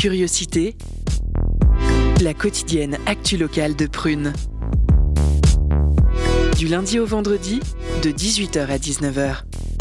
Curiosité, la quotidienne actu locale de Prune. Du lundi au vendredi, de 18h à 19h.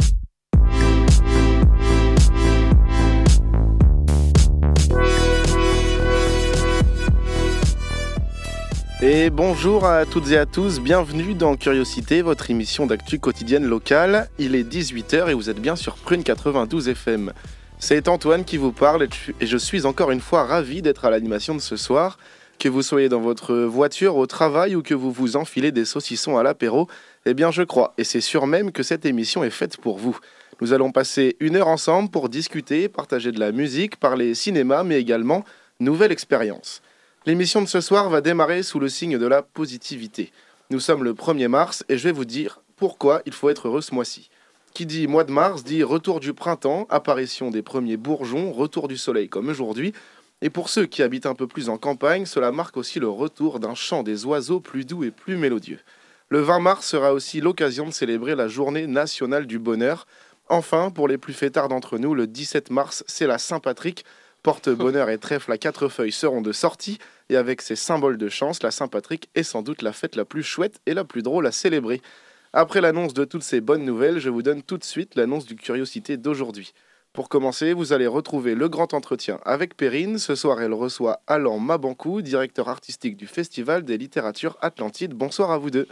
Et bonjour à toutes et à tous, bienvenue dans Curiosité, votre émission d'actu quotidienne locale. Il est 18h et vous êtes bien sur Prune 92 FM. C'est Antoine qui vous parle et je suis encore une fois ravi d'être à l'animation de ce soir. Que vous soyez dans votre voiture, au travail ou que vous vous enfilez des saucissons à l'apéro, eh bien je crois, et c'est sûr même que cette émission est faite pour vous. Nous allons passer une heure ensemble pour discuter, partager de la musique, parler cinéma, mais également nouvelle expérience. L'émission de ce soir va démarrer sous le signe de la positivité. Nous sommes le 1er mars et je vais vous dire pourquoi il faut être heureux ce mois-ci. Qui dit mois de mars dit retour du printemps, apparition des premiers bourgeons, retour du soleil comme aujourd'hui. Et pour ceux qui habitent un peu plus en campagne, cela marque aussi le retour d'un chant des oiseaux plus doux et plus mélodieux. Le 20 mars sera aussi l'occasion de célébrer la journée nationale du bonheur. Enfin, pour les plus fêtards d'entre nous, le 17 mars, c'est la Saint-Patrick. Porte-bonheur et trèfle à 4 feuilles seront de sortie. Et avec ses symboles de chance, la Saint-Patrick est sans doute la fête la plus chouette et la plus drôle à célébrer. Après l'annonce de toutes ces bonnes nouvelles, je vous donne tout de suite l'annonce du Curiosité d'aujourd'hui. Pour commencer, vous allez retrouver le grand entretien avec Perrine. Ce soir, elle reçoit Alan Mabankou, directeur artistique du Festival des littératures Atlantide. Bonsoir à vous deux.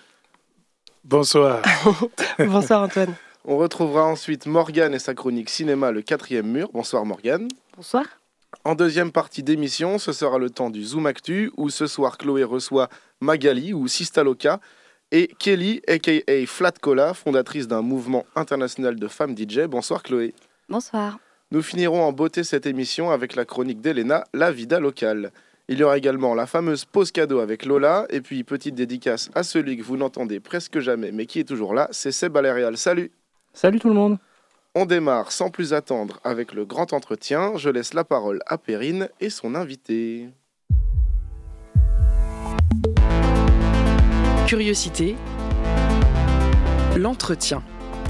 Bonsoir. Bonsoir Antoine. On retrouvera ensuite Morgane et sa chronique cinéma Le 4e mur. Bonsoir Morgane. Bonsoir. En deuxième partie d'émission, ce sera le temps du Zoom Actu, où ce soir Chloé reçoit Magali ou Sistaloka et Kelly, a.k.a. Flat Cola, fondatrice d'un mouvement international de femmes DJ. Bonsoir Chloé. Bonsoir. Nous finirons en beauté cette émission avec la chronique d'Elena, La Vida locale. Il y aura également la fameuse pause cadeau avec Lola, et puis petite dédicace à celui que vous n'entendez presque jamais, mais qui est toujours là, c'est Seb Aléréal. Salut. Salut tout le monde. On démarre sans plus attendre avec le grand entretien. Je laisse la parole à Perrine et son invité. Curiosité, l'entretien.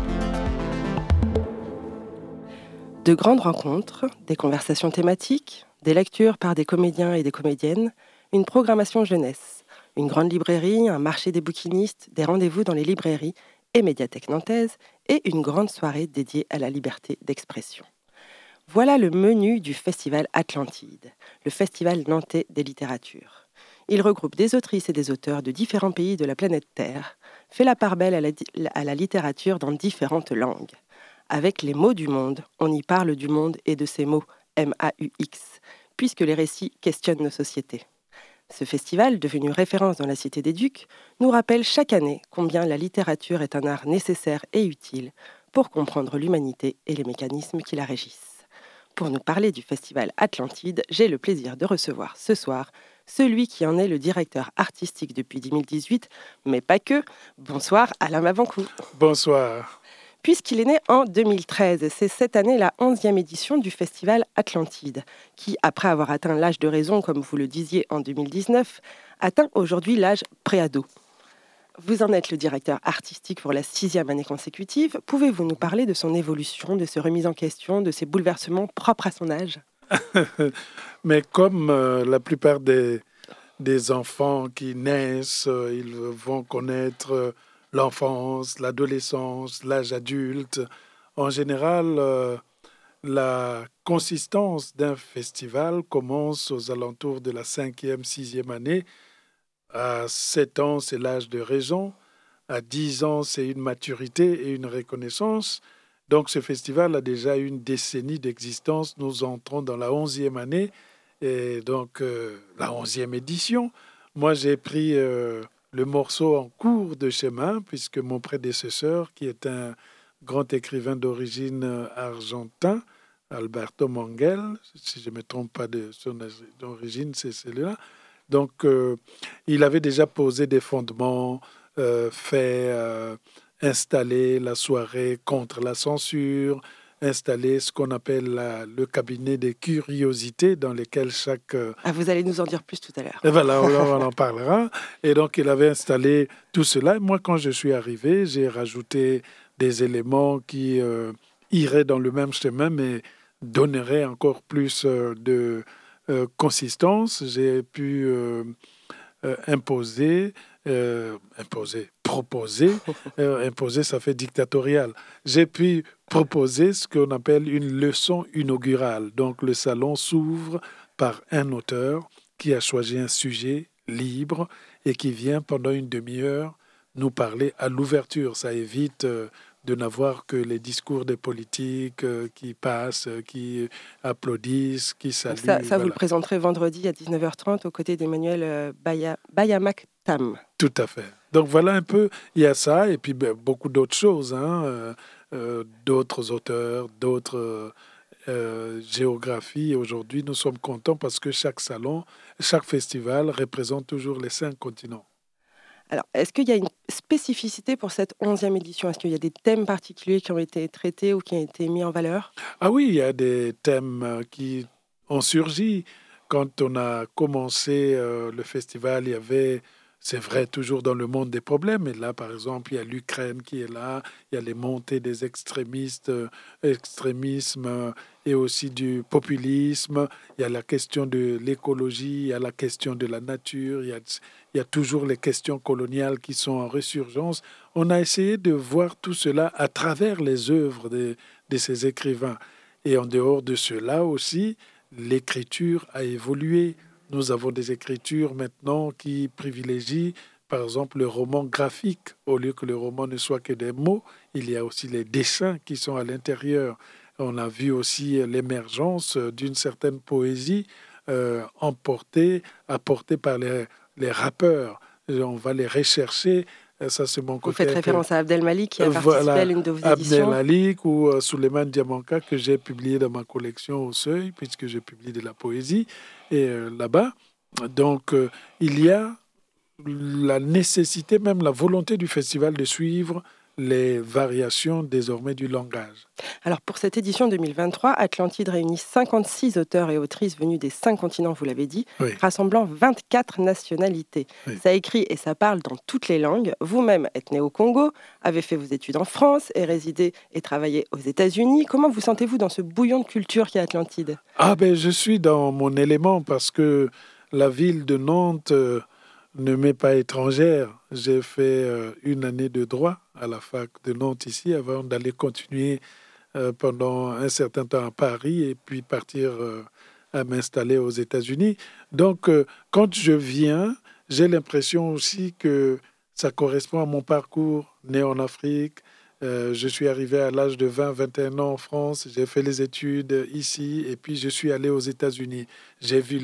De grandes rencontres, des conversations thématiques, des lectures par des comédiens et des comédiennes, une programmation jeunesse, une grande librairie, un marché des bouquinistes, des rendez-vous dans les librairies et médiathèques nantaises et une grande soirée dédiée à la liberté d'expression. Voilà le menu du Festival Atlantide, le festival nantais des littératures. Il regroupe des autrices et des auteurs de différents pays de la planète Terre, fait la part belle à la littérature dans différentes langues. Avec les mots du monde, on y parle du monde et de ses mots, M-A-U-X, puisque les récits questionnent nos sociétés. Ce festival, devenu référence dans la Cité des Ducs, nous rappelle chaque année combien la littérature est un art nécessaire et utile pour comprendre l'humanité et les mécanismes qui la régissent. Pour nous parler du Festival Atlantide, j'ai le plaisir de recevoir ce soir celui qui en est le directeur artistique depuis 2018, mais pas que. Bonsoir Alain Mabankou. Bonsoir. Puisqu'il est né en 2013, c'est cette année la 11e édition du Festival Atlantide, qui, après avoir atteint l'âge de raison, comme vous le disiez en 2019, atteint aujourd'hui l'âge préado. Vous en êtes le directeur artistique pour la 6e année consécutive. Pouvez-vous nous parler de son évolution, de ses remises en question, de ses bouleversements propres à son âge ? Mais comme la plupart des enfants qui naissent, ils vont connaître l'enfance, l'adolescence, l'âge adulte. En général, la consistance d'un festival commence aux alentours de la 5e, 6e année. À 7 ans, c'est l'âge de raison. À 10 ans, c'est une maturité et une reconnaissance. Donc, ce festival a déjà une décennie d'existence. Nous entrons dans la 11e année et donc la 11e édition. Moi, j'ai pris le morceau en cours de chemin puisque mon prédécesseur, qui est un grand écrivain d'origine argentin, Alberto Manguel, si je ne me trompe pas de son origine, c'est celui-là. Donc, il avait déjà posé des fondements, installer la soirée contre la censure, installer ce qu'on appelle le cabinet des curiosités dans lequel chaque... vous allez nous en dire plus tout à l'heure. Et voilà, on en parlera. Et donc, il avait installé tout cela. Moi, quand je suis arrivé, j'ai rajouté des éléments qui iraient dans le même chemin, mais donneraient encore plus consistance. J'ai pu imposer, ça fait dictatorial. J'ai pu proposer ce qu'on appelle une leçon inaugurale. Donc, le salon s'ouvre par un auteur qui a choisi un sujet libre et qui vient pendant une demi-heure nous parler à l'ouverture. Ça évite de n'avoir que les discours des politiques qui passent, qui applaudissent, qui saluent. Ça voilà. Vous le présenterez vendredi à 19h30 aux côtés d'Emmanuel Bayamak Tam. Tout à fait. Donc voilà un peu, il y a ça et puis beaucoup d'autres choses, d'autres auteurs, d'autres géographies. Aujourd'hui, nous sommes contents parce que chaque salon, chaque festival représente toujours les 5 continents. Alors, est-ce qu'il y a une spécificité pour cette 11e édition ? Est-ce qu'il y a des thèmes particuliers qui ont été traités ou qui ont été mis en valeur ? Ah oui, il y a des thèmes qui ont surgi. Quand on a commencé le festival, il y avait, c'est vrai, toujours dans le monde des problèmes. Et là, par exemple, il y a l'Ukraine qui est là, il y a les montées des extrémismes et aussi du populisme. Il y a la question de l'écologie, il y a la question de la nature, il y a toujours les questions coloniales qui sont en résurgence. On a essayé de voir tout cela à travers les œuvres de ces écrivains. Et en dehors de cela aussi, l'écriture a évolué. Nous avons des écritures maintenant qui privilégient, par exemple, le roman graphique. Au lieu que le roman ne soit que des mots, il y a aussi les dessins qui sont à l'intérieur. On a vu aussi l'émergence d'une certaine poésie apportée par les rappeurs. On va les rechercher. Ça, c'est mon côté. Vous faites référence à Abdelmalik qui a participé à l'une de vos éditions. Abdelmalik ou Souleymane Diamanka que j'ai publié dans ma collection au Seuil, puisque j'ai publié de la poésie là-bas. Donc, il y a la nécessité, même la volonté du festival de suivre les variations désormais du langage. Alors pour cette édition 2023, Atlantide réunit 56 auteurs et autrices venus des 5 continents, vous l'avez dit, oui, rassemblant 24 nationalités. Oui. Ça écrit et ça parle dans toutes les langues. Vous-même êtes né au Congo, avez fait vos études en France et résidé et travaillé aux États-Unis. Comment vous sentez-vous dans ce bouillon de culture qu'est Atlantide ? Je suis dans mon élément parce que la ville de Nantes ne m'est pas étrangère. J'ai fait une année de droit à la fac de Nantes ici avant d'aller continuer pendant un certain temps à Paris et puis partir à m'installer aux États-Unis. Donc, quand je viens, j'ai l'impression aussi que ça correspond à mon parcours né en Afrique. Je suis arrivé à l'âge de 20-21 ans en France. J'ai fait les études ici et puis je suis allé aux États-Unis. J'ai vu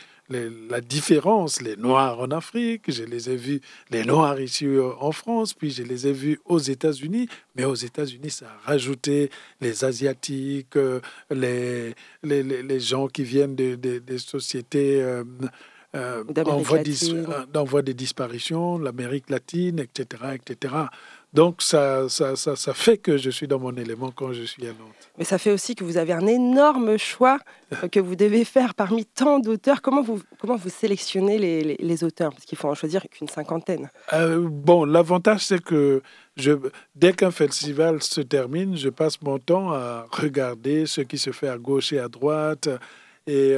la différence, les Noirs en Afrique, je les ai vus, les Noirs ici en France, puis je les ai vus aux États-Unis. Mais aux États-Unis, ça a rajouté les Asiatiques, les gens qui viennent des sociétés en voie de disparition, l'Amérique latine, etc., etc. Donc, ça fait que je suis dans mon élément quand je suis à Nantes. Mais ça fait aussi que vous avez un énorme choix que vous devez faire parmi tant d'auteurs. Comment vous sélectionnez les auteurs ? Parce qu'il faut en choisir qu'une 50aine. L'avantage, c'est que dès qu'un festival se termine, je passe mon temps à regarder ce qui se fait à gauche et à droite et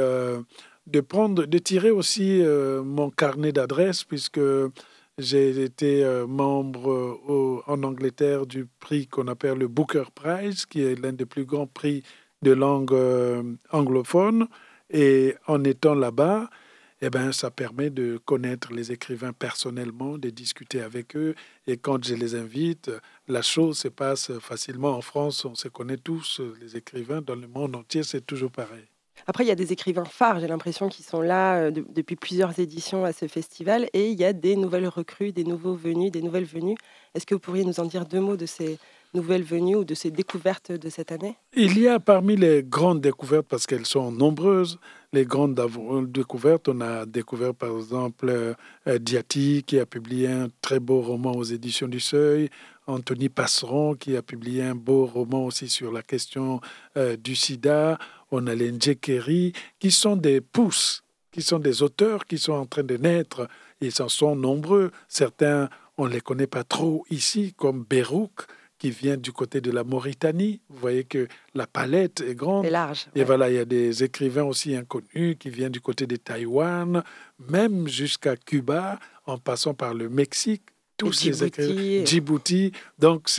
de tirer aussi mon carnet d'adresses puisque j'ai été membre en Angleterre du prix qu'on appelle le Booker Prize, qui est l'un des plus grands prix de langue anglophone. Et en étant là-bas, ça permet de connaître les écrivains personnellement, de discuter avec eux. Et quand je les invite, la chose se passe facilement. En France, on se connaît tous, les écrivains. Dans le monde entier, c'est toujours pareil. Après, il y a des écrivains phares, j'ai l'impression, qui sont là depuis plusieurs éditions à ce festival. Et il y a des nouvelles recrues, des nouveaux venus, des nouvelles venues. Est-ce que vous pourriez nous en dire 2 mots de ces nouvelles venues ou de ces découvertes de cette année ? Il y a parmi les grandes découvertes, parce qu'elles sont nombreuses, les grandes découvertes. On a découvert, par exemple, Diati, qui a publié un très beau roman aux éditions du Seuil. Anthony Passeron, qui a publié un beau roman aussi sur la question du sida. On a les Ndjekeri, qui sont des pousses, qui sont des auteurs qui sont en train de naître. Ils en sont nombreux. Certains, on ne les connaît pas trop ici, comme Berouk, qui vient du côté de la Mauritanie. Vous voyez que la palette est grande. C'est large. Et voilà, il y a des écrivains aussi inconnus qui viennent du côté de Taïwan, même jusqu'à Cuba, en passant par le Mexique. Tous ces écrivains. Djibouti. Donc,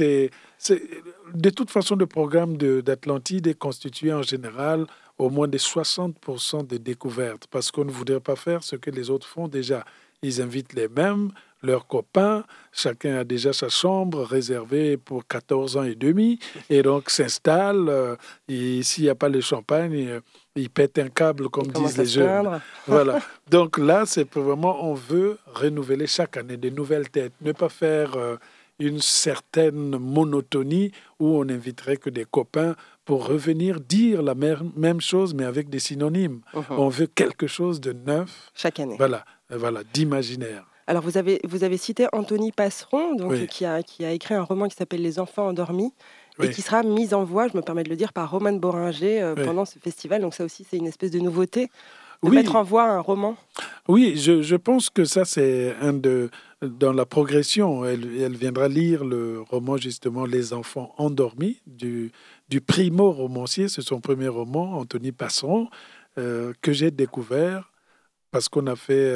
de toute façon, le programme d'Atlantide est constitué en général au moins de 60% de découvertes, parce qu'on ne voudrait pas faire ce que les autres font déjà. Ils invitent les mêmes, leurs copains, chacun a déjà sa chambre réservée pour 14 ans et demi, et donc s'installe, et s'il n'y a pas le champagne, il pète un câble, comme disent les jeunes. Voilà. Donc là, c'est vraiment, on veut renouveler chaque année de nouvelles têtes, ne pas faire une certaine monotonie où on n'inviterait que des copains pour revenir dire la même chose, mais avec des synonymes. On veut quelque chose de neuf. Chaque année. Voilà, d'imaginaire. Alors, vous avez cité Anthony Passeron, donc, qui a écrit un roman qui s'appelle Les enfants endormis, et qui sera mis en voix, je me permets de le dire, par Romane Boringer pendant ce festival. Donc ça aussi, c'est une espèce de nouveauté, de mettre en voix un roman. Oui, je pense que ça, c'est dans la progression. Elle viendra lire le roman, justement, Les enfants endormis, du primo-romancier. C'est son premier roman, Anthony Passeron, que j'ai découvert parce qu'on a fait...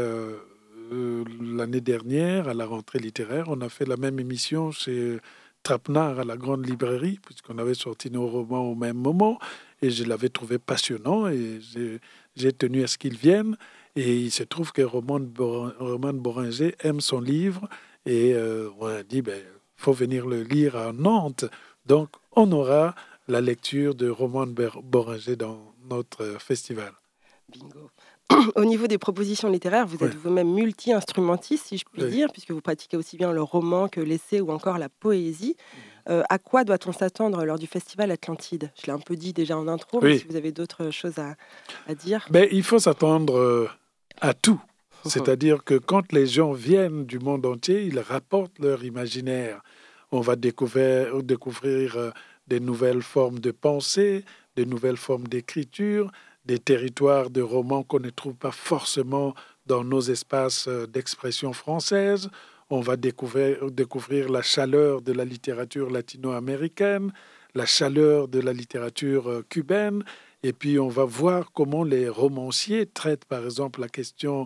l'année dernière, à la rentrée littéraire, on a fait la même émission chez Trapenard à la Grande Librairie, puisqu'on avait sorti nos romans au même moment, et je l'avais trouvé passionnant, et j'ai tenu à ce qu'il vienne. Et il se trouve que Romane Boringer aime son livre, et on a dit, faut venir le lire à Nantes. Donc, on aura la lecture de Romane Boringer dans notre festival. Bingo. Au niveau des propositions littéraires, vous êtes vous-même multi-instrumentiste, si je puis dire, puisque vous pratiquez aussi bien le roman que l'essai ou encore la poésie. À quoi doit-on s'attendre lors du festival Atlantide ? Je l'ai un peu dit déjà en intro, mais si vous avez d'autres choses à dire. Il faut s'attendre à tout. C'est-à-dire que quand les gens viennent du monde entier, ils rapportent leur imaginaire. On va découvrir des nouvelles formes de pensée, des nouvelles formes d'écriture, des territoires de romans qu'on ne trouve pas forcément dans nos espaces d'expression française. On va découvrir la chaleur de la littérature latino-américaine, la chaleur de la littérature cubaine, et puis on va voir comment les romanciers traitent, par exemple, la question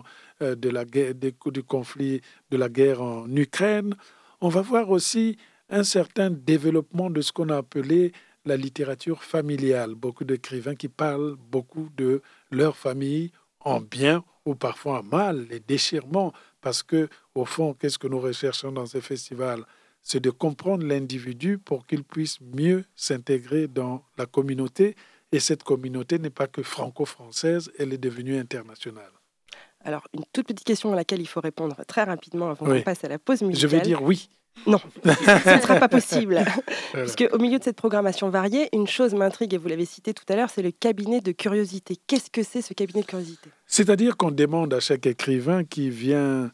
du conflit, de la guerre en Ukraine. On va voir aussi un certain développement de ce qu'on a appelé la littérature familiale. Beaucoup d'écrivains qui parlent beaucoup de leur famille en bien ou parfois en mal, les déchirements, parce que au fond, qu'est-ce que nous recherchons dans ces festivals ? C'est de comprendre l'individu pour qu'il puisse mieux s'intégrer dans la communauté. Et cette communauté n'est pas que franco-française, elle est devenue internationale. Alors, une toute petite question à laquelle il faut répondre très rapidement avant qu'on passe à la pause musicale. Je vais dire oui. Non, ce ne sera pas possible. Parce qu'au milieu de cette programmation variée, une chose m'intrigue, et vous l'avez cité tout à l'heure, c'est le cabinet de curiosité. Qu'est-ce que c'est ce cabinet de curiosité ? C'est-à-dire qu'on demande à chaque écrivain qui vient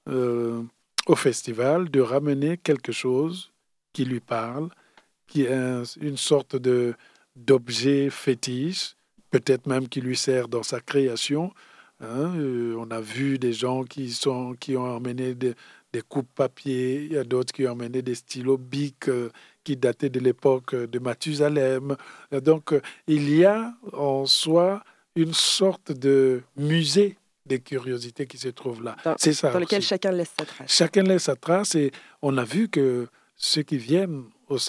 au festival de ramener quelque chose qui lui parle, qui est une sorte d'objet fétiche, peut-être même qui lui sert dans sa création. On a vu des gens qui ont emmené des coupes papier, il y a d'autres qui ont emmené des stylos Bic qui dataient de l'époque de Mathusalem. Donc, il y a en soi une sorte de musée des curiosités qui se trouve là. C'est ça. Dans lequel chacun laisse sa trace. Chacun laisse sa trace, et on a vu que ceux qui viennent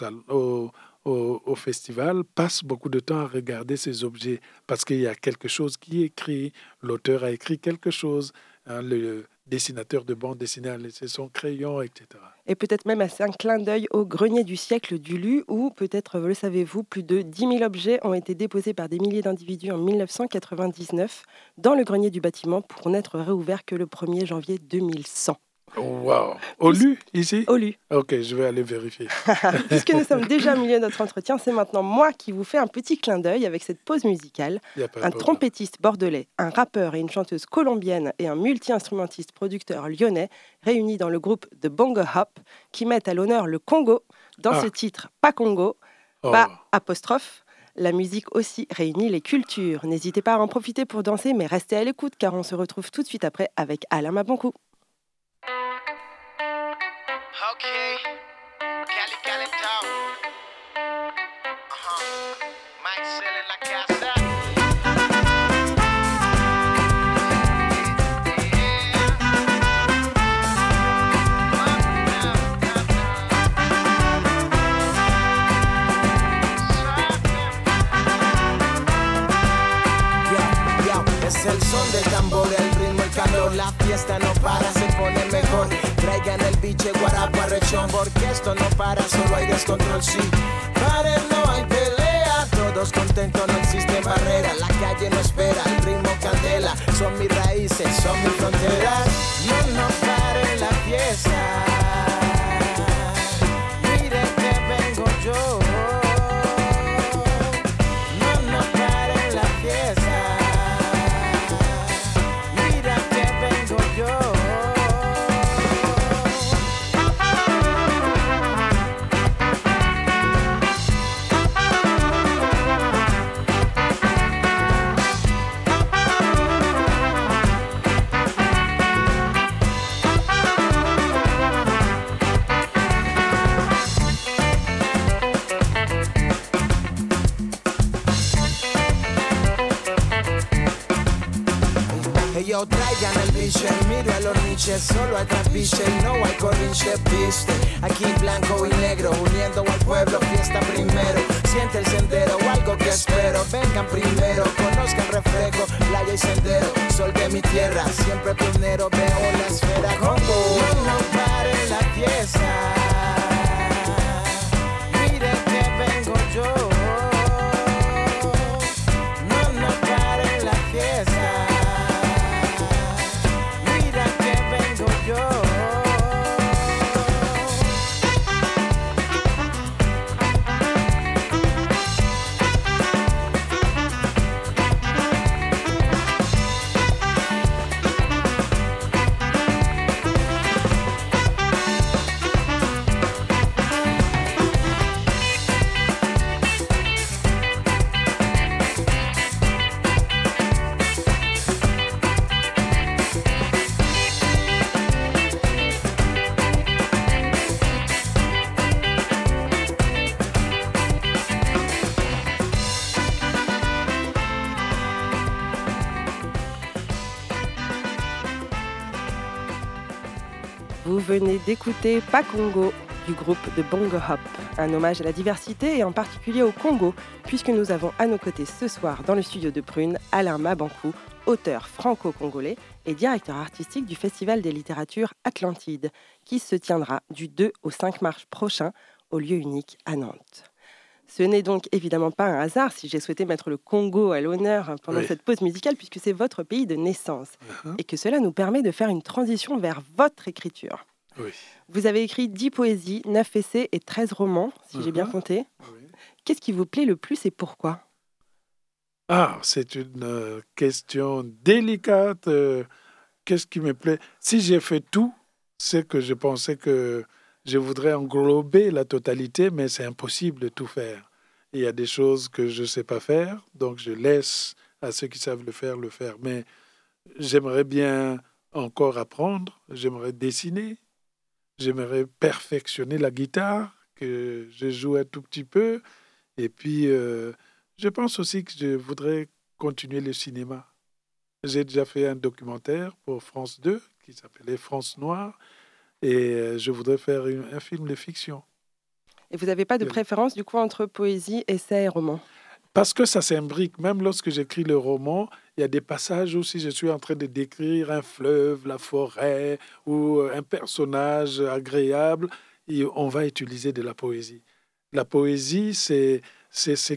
au festival passent beaucoup de temps à regarder ces objets parce qu'il y a quelque chose qui est écrit, l'auteur a écrit quelque chose, le dessinateur de bande dessinée a laissé son crayon, etc. Et peut-être même un clin d'œil au grenier du siècle du Lu, où peut-être, le savez-vous, plus de 10 000 objets ont été déposés par des milliers d'individus en 1999 dans le grenier du bâtiment pour n'être réouvert que le 1er janvier 2100. Wow. Au Lu, ici ? Au Lu. Ok, je vais aller vérifier. Puisque nous sommes déjà au milieu de notre entretien, c'est maintenant moi qui vous fais un petit clin d'œil avec cette pause musicale. Un trompettiste bordelais, un rappeur et une chanteuse colombienne et un multi-instrumentiste producteur lyonnais réunis dans le groupe The Bongo Hop qui mettent à l'honneur le Congo dans ce titre Pas Congo, pas apostrophe. La musique aussi réunit les cultures. N'hésitez pas à en profiter pour danser, mais restez à l'écoute car on se retrouve tout de suite après avec Alain Mabankou. Okay, Cali Town. la fiesta no para, se pone mejor. Traigan el biche, guarapa, rechón, porque esto no para, solo hay descontrol, sí. Paren, no hay pelea, todos contentos, no existe barrera. La calle no espera, el ritmo candela. Son mis raíces, son mis fronteras. No pare la fiesta. Mire que vengo yo. No pare la fiesta. Mira que vengo yo. Yo, traigan el biche, miro a los niches, solo hay trapiche y no hay corrinche, viste. Aquí blanco y negro, uniendo al pueblo, fiesta primero. Siente el sendero o algo que espero. Vengan primero, conozcan reflejo, playa y sendero. Sol de mi tierra, siempre pionero, veo la esfera Congo. No pare la fiesta. Mire que vengo yo. No pare la fiesta. Vous venez d'écouter Pas Congo du groupe de Bongo Hop, un hommage à la diversité et en particulier au Congo, puisque nous avons à nos côtés ce soir dans le studio de Prune Alain Mabankou, auteur franco-congolais et directeur artistique du Festival des littératures Atlantide, qui se tiendra du 2 au 5 mars prochain au lieu unique à Nantes. Ce n'est donc évidemment pas un hasard si j'ai souhaité mettre le Congo à l'honneur pendant cette pause musicale, puisque c'est votre pays de naissance et que cela nous permet de faire une transition vers votre écriture. Oui. Vous avez écrit 10 poésies, 9 essais et 13 romans, si j'ai bien compté. Oui. Qu'est-ce qui vous plaît le plus et pourquoi ? C'est une question délicate. Qu'est-ce qui me plaît ? Si j'ai fait tout, c'est que je pensais que je voudrais englober la totalité, mais c'est impossible de tout faire. Il y a des choses que je ne sais pas faire, donc je laisse à ceux qui savent le faire. Mais j'aimerais bien encore apprendre, j'aimerais dessiner, j'aimerais perfectionner la guitare, que je joue un tout petit peu. Et puis, je pense aussi que je voudrais continuer le cinéma. J'ai déjà fait un documentaire pour France 2 qui s'appelait France Noire. Et je voudrais faire un film de fiction. Et vous n'avez pas de préférence, du coup, entre poésie, essai et roman ? Parce que ça s'imbrique. Même lorsque j'écris le roman, il y a des passages où si je suis en train de décrire un fleuve, la forêt ou un personnage agréable, et on va utiliser de la poésie. La poésie, c'est ce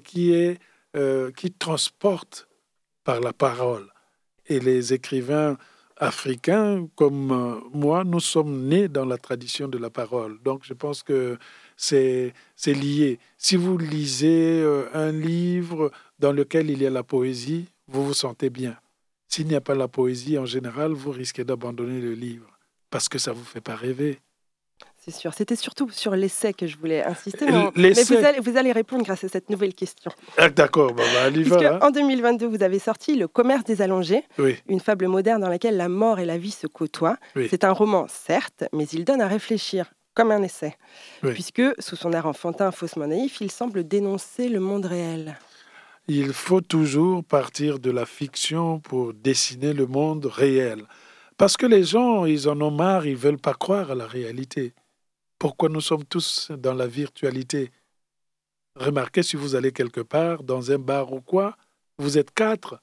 qui transporte par la parole. Et les écrivains africains comme moi, nous sommes nés dans la tradition de la parole. Donc, je pense que c'est lié. Si vous lisez un livre dans lequel il y a la poésie, vous vous sentez bien. S'il n'y a pas la poésie, en général, vous risquez d'abandonner le livre parce que ça ne vous fait pas rêver. C'est sûr. C'était surtout sur l'essai que je voulais insister. Mais vous allez répondre grâce à cette nouvelle question. D'accord, on y va. En 2022, vous avez sorti Le Commerce des allongés, une fable moderne dans laquelle la mort et la vie se côtoient. Oui. C'est un roman, certes, mais il donne à réfléchir, comme un essai. Oui. Puisque, sous son air enfantin, faussement naïf, il semble dénoncer le monde réel. Il faut toujours partir de la fiction pour dessiner le monde réel. Parce que les gens, ils en ont marre, ils ne veulent pas croire à la réalité. Pourquoi nous sommes tous dans la virtualité ? Remarquez, si vous allez quelque part, dans un bar ou quoi, vous êtes 4,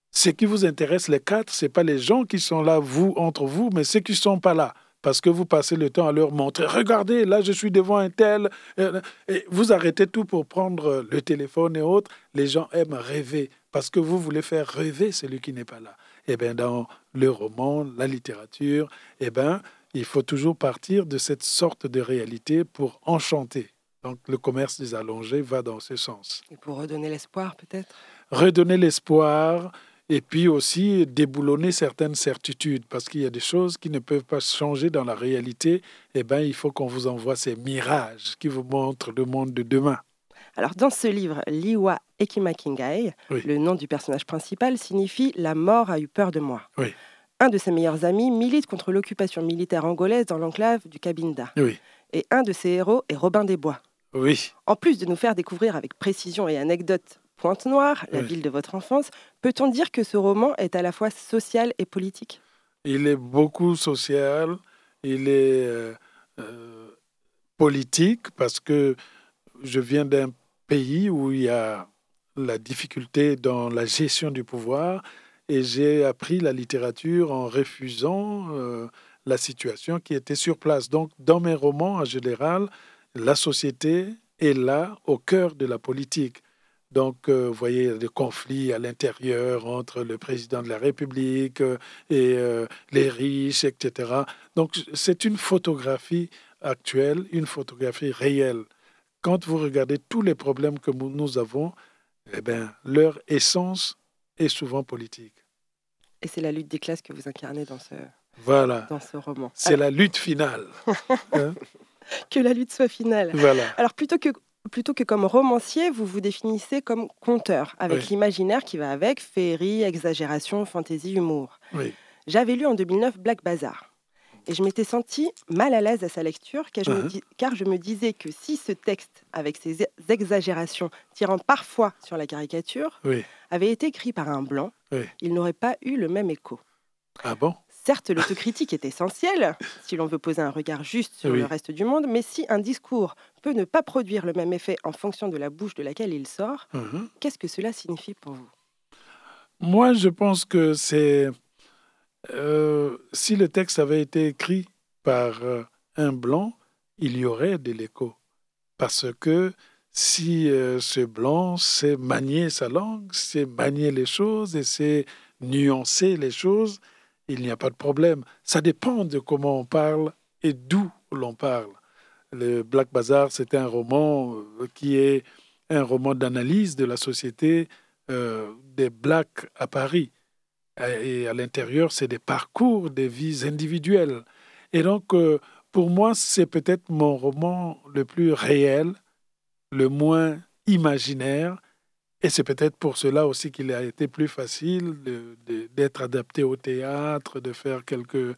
Ce qui vous intéresse, les quatre, ce n'est pas les gens qui sont là, vous, entre vous, mais ceux qui ne sont pas là. Parce que vous passez le temps à leur montrer, regardez, là je suis devant un tel. Et vous arrêtez tout pour prendre le téléphone et autres. Les gens aiment rêver parce que vous voulez faire rêver celui qui n'est pas là. Eh bien, dans le roman, la littérature, eh bien, il faut toujours partir de cette sorte de réalité pour enchanter. Donc le commerce des allongés va dans ce sens. Et pour redonner l'espoir, peut-être? Redonner l'espoir. Et puis aussi déboulonner certaines certitudes, parce qu'il y a des choses qui ne peuvent pas changer dans la réalité. Eh bien, il faut qu'on vous envoie ces mirages qui vous montrent le monde de demain. Alors, dans ce livre, Liwa Ekimakingai, Oui. le nom du personnage principal signifie « La mort a eu peur de moi ». Oui. Un de ses meilleurs amis milite contre l'occupation militaire angolaise dans l'enclave du Cabinda. Oui. Et un de ses héros est Robin des Bois. Oui. En plus de nous faire découvrir avec précision et anecdote Pointe-Noire, la Oui. ville de votre enfance, peut-on dire que ce roman est à la fois social et politique? Il est beaucoup social, il est politique, parce que je viens d'un pays où il y a la difficulté dans la gestion du pouvoir et j'ai appris la littérature en refusant la situation qui était sur place. Donc, dans mes romans, en général, la société est là, au cœur de la politique. Donc, vous voyez, des conflits à l'intérieur entre le président de la République et les riches, etc. Donc, c'est une photographie actuelle, une photographie réelle. Quand vous regardez tous les problèmes que nous avons, eh bien, leur essence est souvent politique. Et c'est la lutte des classes que vous incarnez dans Voilà. ce roman. C'est la lutte finale. Hein? Que la lutte soit finale. Voilà. Alors, plutôt que comme romancier, vous vous définissez comme conteur, avec Oui. l'imaginaire qui va avec, féerie, exagération, fantaisie, humour. Oui. J'avais lu en 2009 Black Bazar. Et je m'étais sentie mal à l'aise à sa lecture, car je me disais que si ce texte, avec ses exagérations, tirant parfois sur la caricature, Oui. avait été écrit par un blanc, Oui. il n'aurait pas eu le même écho. Ah bon? Certes, l'autocritique est essentielle, si l'on veut poser un regard juste sur Oui. le reste du monde, mais si un discours peut ne pas produire le même effet en fonction de la bouche de laquelle il sort, qu'est-ce que cela signifie pour vous? Moi, je pense que c'est... si le texte avait été écrit par un blanc, il y aurait de l'écho. Parce que si ce blanc sait manier sa langue, sait manier les choses et sait nuancer les choses, il n'y a pas de problème. Ça dépend de comment on parle et d'où l'on parle. Le Black Bazar, c'est un roman qui est un roman d'analyse de la société des Blacks à Paris. Et à l'intérieur, c'est des parcours, des vies individuelles. Et donc, pour moi, c'est peut-être mon roman le plus réel, le moins imaginaire. Et c'est peut-être pour cela aussi qu'il a été plus facile d'être adapté au théâtre, de faire quelques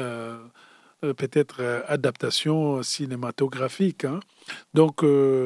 peut-être adaptations cinématographiques. Hein. Donc,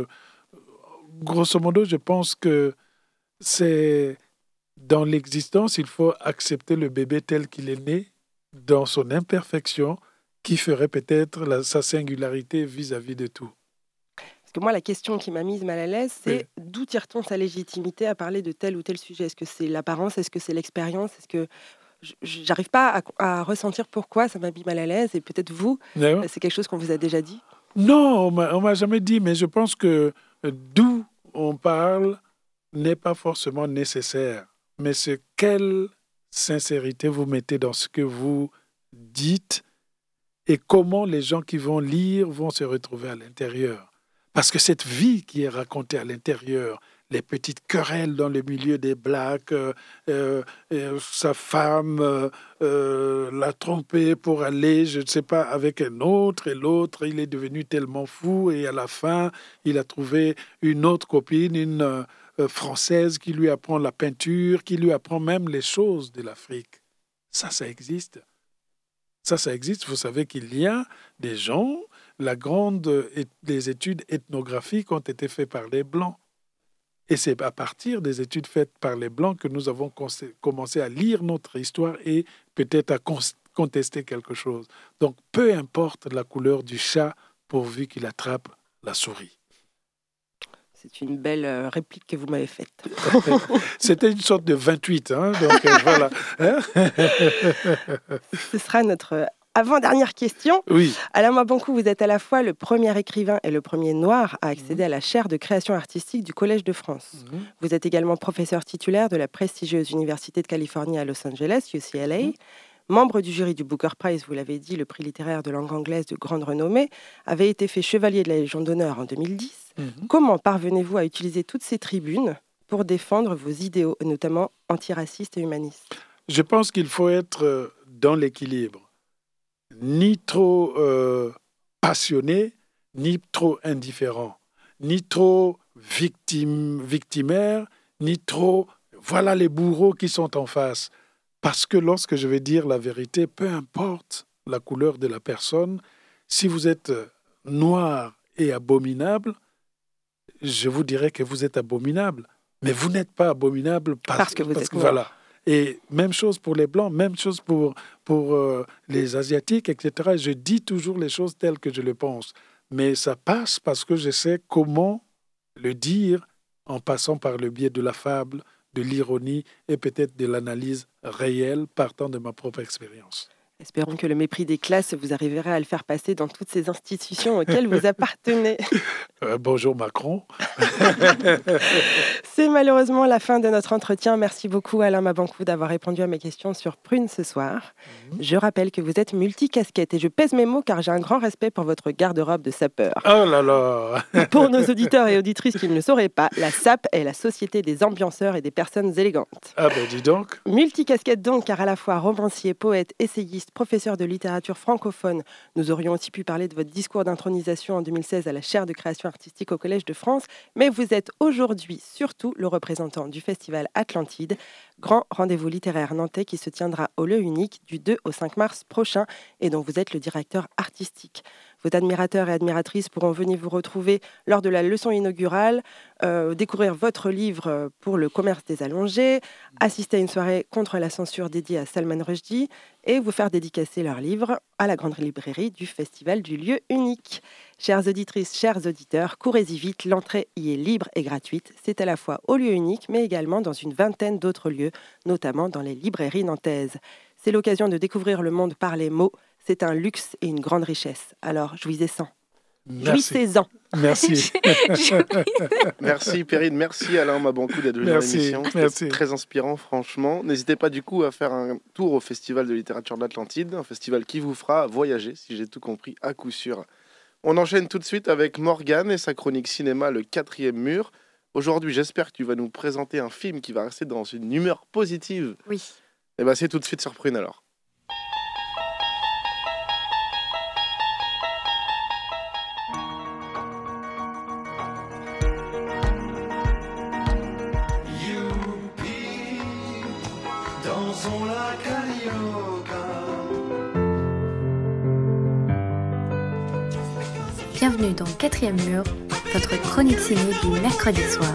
grosso modo, je pense que c'est... Dans l'existence, il faut accepter le bébé tel qu'il est né, dans son imperfection, qui ferait peut-être sa singularité vis-à-vis de tout. Parce que moi, la question qui m'a mise mal à l'aise, c'est Oui. d'où tire-t-on sa légitimité à parler de tel ou tel sujet? Est-ce que c'est l'apparence? Est-ce que c'est l'expérience? Est-ce que j'arrive pas à ressentir pourquoi ça m'a mis mal à l'aise? Et peut-être vous, D'ailleurs, c'est quelque chose qu'on vous a déjà dit? non, on m'a jamais dit, mais je pense que d'où on parle n'est pas forcément nécessaire. Mais c'est quelle sincérité vous mettez dans ce que vous dites et comment les gens qui vont lire vont se retrouver à l'intérieur. Parce que cette vie qui est racontée à l'intérieur, les petites querelles dans le milieu des Blacks, sa femme l'a trompé pour aller, je ne sais pas, avec un autre, et l'autre, il est devenu tellement fou, et à la fin, il a trouvé une autre copine, une française qui lui apprend la peinture, qui lui apprend même les choses de l'Afrique. Ça existe. Ça existe. Vous savez qu'il y a des gens, les études ethnographiques ont été faites par les Blancs. Et c'est à partir des études faites par les Blancs que nous avons commencé à lire notre histoire et peut-être à contester quelque chose. Donc, peu importe la couleur du chat pourvu qu'il attrape la souris. C'est une belle réplique que vous m'avez faite. C'était une sorte de 28, hein, donc voilà. Hein. Ce sera notre avant-dernière question. Oui. Alain Mabanckou, vous êtes à la fois le premier écrivain et le premier noir à accéder à la chaire de création artistique du Collège de France. Vous êtes également professeur titulaire de la prestigieuse Université de Californie à Los Angeles, UCLA. Membre du jury du Booker Prize, vous l'avez dit, le prix littéraire de langue anglaise de grande renommée, avait été fait chevalier de la Légion d'honneur en 2010. Comment parvenez-vous à utiliser toutes ces tribunes pour défendre vos idéaux, notamment antiracistes et humanistes ? Je pense qu'il faut être dans l'équilibre. Ni trop passionné, ni trop indifférent, ni trop victimaire, ni trop voilà les bourreaux qui sont en face. Parce que lorsque je vais dire la vérité, peu importe la couleur de la personne, si vous êtes noir et abominable, je vous dirais que vous êtes abominable. Mais vous n'êtes pas abominable parce que vous êtes noir. Voilà. Et même chose pour les Blancs, même chose pour les Asiatiques, etc. Je dis toujours les choses telles que je le pense. Mais ça passe parce que je sais comment le dire en passant par le biais de la fable, de l'ironie et peut-être de l'analyse réelle partant de ma propre expérience. Espérons que le mépris des classes, vous arriverez à le faire passer dans toutes ces institutions auxquelles vous appartenez. Bonjour Macron. C'est malheureusement la fin de notre entretien. Merci beaucoup Alain Mabanckou d'avoir répondu à mes questions sur Prune ce soir. Je rappelle que vous êtes multicasquette et je pèse mes mots car j'ai un grand respect pour votre garde-robe de sapeur. Oh là là. Pour nos auditeurs et auditrices qui ne le sauraient pas, la SAP est la Société des ambianceurs et des personnes élégantes. Ah ben dis donc. Multicasquette donc car à la fois romancier, poète, essayiste, professeur de littérature francophone. Nous aurions aussi pu parler de votre discours d'intronisation en 2016 à la chaire de création artistique au Collège de France, mais vous êtes aujourd'hui surtout le représentant du festival Atlantide, grand rendez-vous littéraire nantais qui se tiendra au lieu unique du 2 au 5 mars prochain et dont vous êtes le directeur artistique. Vos admirateurs et admiratrices pourront venir vous retrouver lors de la leçon inaugurale, découvrir votre livre pour le commerce des allongés, assister à une soirée contre la censure dédiée à Salman Rushdie et vous faire dédicacer leur livre à la grande librairie du festival du lieu unique. Chères auditrices, chers auditeurs, courez-y vite, l'entrée y est libre et gratuite. C'est à la fois au lieu unique, mais également dans une vingtaine d'autres lieux, notamment dans les librairies nantaises. C'est l'occasion de découvrir le monde par les mots. C'est un luxe et une grande richesse. Alors, jouissez-en. Jouissez-en. Merci. Merci Perrine, merci Alain Mabanckou d'être venu dans l'émission. C'était très inspirant, franchement. N'hésitez pas du coup à faire un tour au Festival de littérature de l'Atlantide, un festival qui vous fera voyager, si j'ai tout compris, à coup sûr. On enchaîne tout de suite avec Morgane et sa chronique cinéma Le 4e mur. Aujourd'hui, j'espère que tu vas nous présenter un film qui va rester dans une humeur positive. Oui. Et bien, c'est tout de suite sur Prune alors. Bienvenue dans 4e mur, votre chronique ciné du mercredi soir.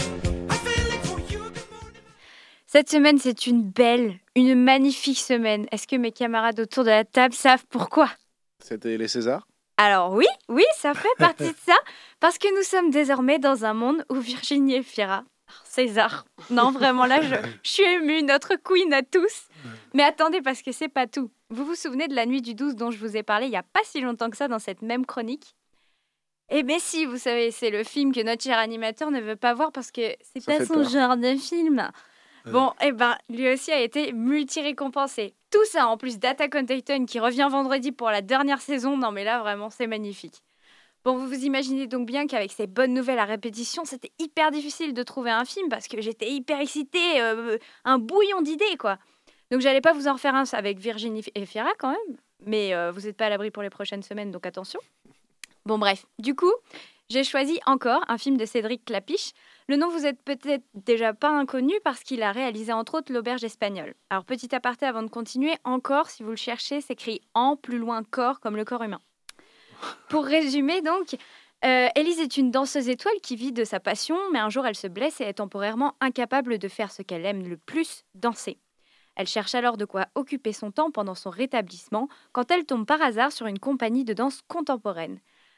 Cette semaine, c'est une magnifique semaine. Est-ce que mes camarades autour de la table savent pourquoi ? C'était les Césars ? Alors oui, ça fait partie de ça, parce que nous sommes désormais dans un monde où Virginie Efira, César, non vraiment là, je suis émue, notre queen à tous. Mais attendez, parce que c'est pas tout. Vous vous souvenez de La Nuit du 12 dont je vous ai parlé il n'y a pas si longtemps que ça dans cette même chronique ? Eh bien si, vous savez, c'est le film que notre cher animateur ne veut pas voir parce que c'est pas son genre de film. Bon, lui aussi a été multi-récompensé. Tout ça en plus d'Attack on Titan qui revient vendredi pour la dernière saison. Non mais là, vraiment, c'est magnifique. Bon, vous vous imaginez donc bien qu'avec ces bonnes nouvelles à répétition, c'était hyper difficile de trouver un film parce que j'étais hyper excitée, un bouillon d'idées, quoi. Donc, j'allais pas vous en refaire un avec Virginie Efira quand même, mais vous n'êtes pas à l'abri pour les prochaines semaines, donc attention. Bon, bref, du coup, j'ai choisi encore un film de Cédric Clapiche. Le nom vous est peut-être déjà pas inconnu parce qu'il a réalisé entre autres L'Auberge espagnole. Alors, petit aparté avant de continuer, encore, si vous le cherchez, s'écrit en, plus loin, corps, comme le corps humain. Pour résumer donc, Élise est une danseuse étoile qui vit de sa passion, mais un jour elle se blesse et est temporairement incapable de faire ce qu'elle aime le plus, danser. Elle cherche alors de quoi occuper son temps pendant son rétablissement quand elle tombe par hasard sur une compagnie de danse contemporaine.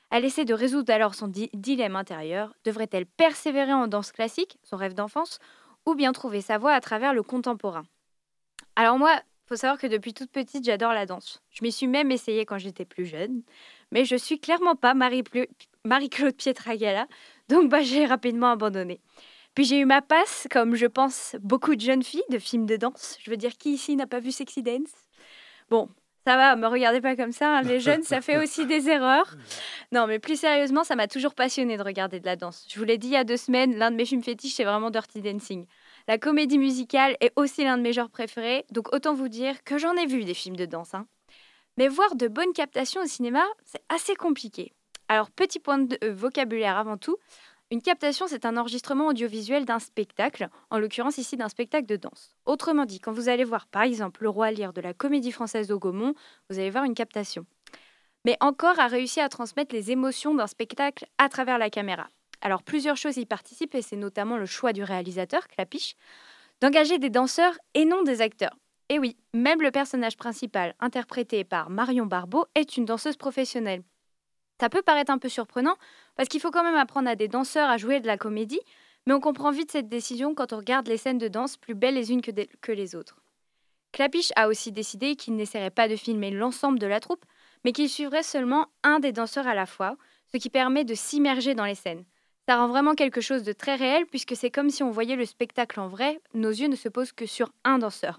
Elle essaie de résoudre alors son dilemme intérieur. Devrait-elle persévérer en danse classique, son rêve d'enfance, ou bien trouver sa voie à travers le contemporain? Alors moi, il faut savoir que depuis toute petite, j'adore la danse. Je m'y suis même essayée quand j'étais plus jeune, mais je suis clairement pas Marie-Claude Pietragala, donc j'ai rapidement abandonné. Puis j'ai eu ma passe, comme je pense beaucoup de jeunes filles, de films de danse. Je veux dire, qui ici n'a pas vu Sexy Dance? Bon, ça va, me regardez pas comme ça, hein, les jeunes, ça fait aussi des erreurs. Non, mais plus sérieusement, ça m'a toujours passionnée de regarder de la danse. Je vous l'ai dit il y a 2 semaines, l'un de mes films fétiches, c'est vraiment Dirty Dancing. La comédie musicale est aussi l'un de mes genres préférés, donc autant vous dire que j'en ai vu des films de danse. Hein. Mais voir de bonnes captations au cinéma, c'est assez compliqué. Alors, petit point de vocabulaire avant tout. Une captation, c'est un enregistrement audiovisuel d'un spectacle, en l'occurrence ici d'un spectacle de danse. Autrement dit, quand vous allez voir par exemple Le Roi Lear de la Comédie Française au Gaumont, vous allez voir une captation. Mais encore a réussi à transmettre les émotions d'un spectacle à travers la caméra. Alors plusieurs choses y participent et c'est notamment le choix du réalisateur, Clapiche, d'engager des danseurs et non des acteurs. Et oui, même le personnage principal, interprété par Marion Barbeau, est une danseuse professionnelle. Ça peut paraître un peu surprenant, parce qu'il faut quand même apprendre à des danseurs à jouer de la comédie, mais on comprend vite cette décision quand on regarde les scènes de danse plus belles les unes que les autres. Clapiche a aussi décidé qu'il n'essaierait pas de filmer l'ensemble de la troupe, mais qu'il suivrait seulement un des danseurs à la fois, ce qui permet de s'immerger dans les scènes. Ça rend vraiment quelque chose de très réel, puisque c'est comme si on voyait le spectacle en vrai, nos yeux ne se posent que sur un danseur.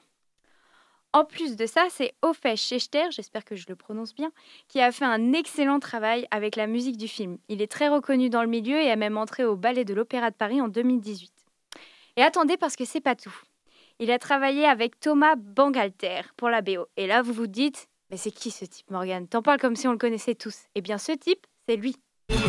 En plus de ça, c'est Ofesh Schechter, j'espère que je le prononce bien, qui a fait un excellent travail avec la musique du film. Il est très reconnu dans le milieu et a même entré au Ballet de l'Opéra de Paris en 2018. Et attendez, parce que c'est pas tout. Il a travaillé avec Thomas Bangalter pour la BO. Et là, vous vous dites, mais c'est qui ce type, Morgane? T'en parles comme si on le connaissait tous. Eh bien, ce type, c'est lui.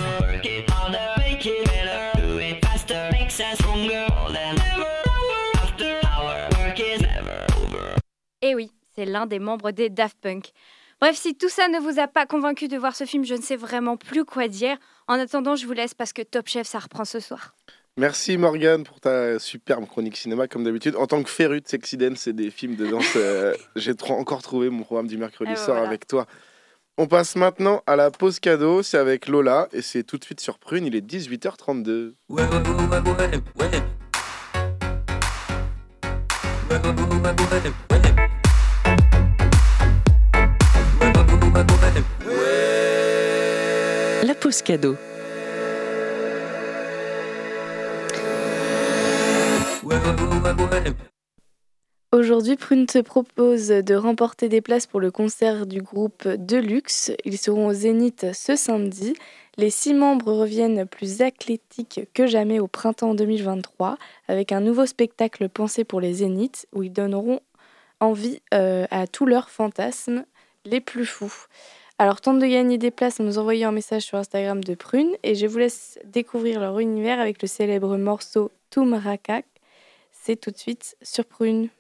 Et oui, c'est l'un des membres des Daft Punk. Bref, si tout ça ne vous a pas convaincu de voir ce film, je ne sais vraiment plus quoi dire. En attendant, je vous laisse parce que Top Chef, ça reprend ce soir. Merci Morgane pour ta superbe chronique cinéma, comme d'habitude. En tant que féru de Sexy Dance et des films de danse, j'ai encore trouvé mon programme du mercredi soir voilà. Avec toi. On passe maintenant à la pause cadeau, c'est avec Lola et c'est tout de suite sur Prune, il est 18h32. La pause cadeau. Aujourd'hui, Prune te propose de remporter des places pour le concert du groupe Deluxe. Ils seront au Zénith ce samedi. Les 6 membres reviennent plus athlétiques que jamais au printemps 2023 avec un nouveau spectacle pensé pour les Zéniths où ils donneront envie à tous leurs fantasmes les plus fous. Alors tente de gagner des places en nous envoyant un message sur Instagram de Prune et je vous laisse découvrir leur univers avec le célèbre morceau Tumrakak. C'est tout de suite sur Prune.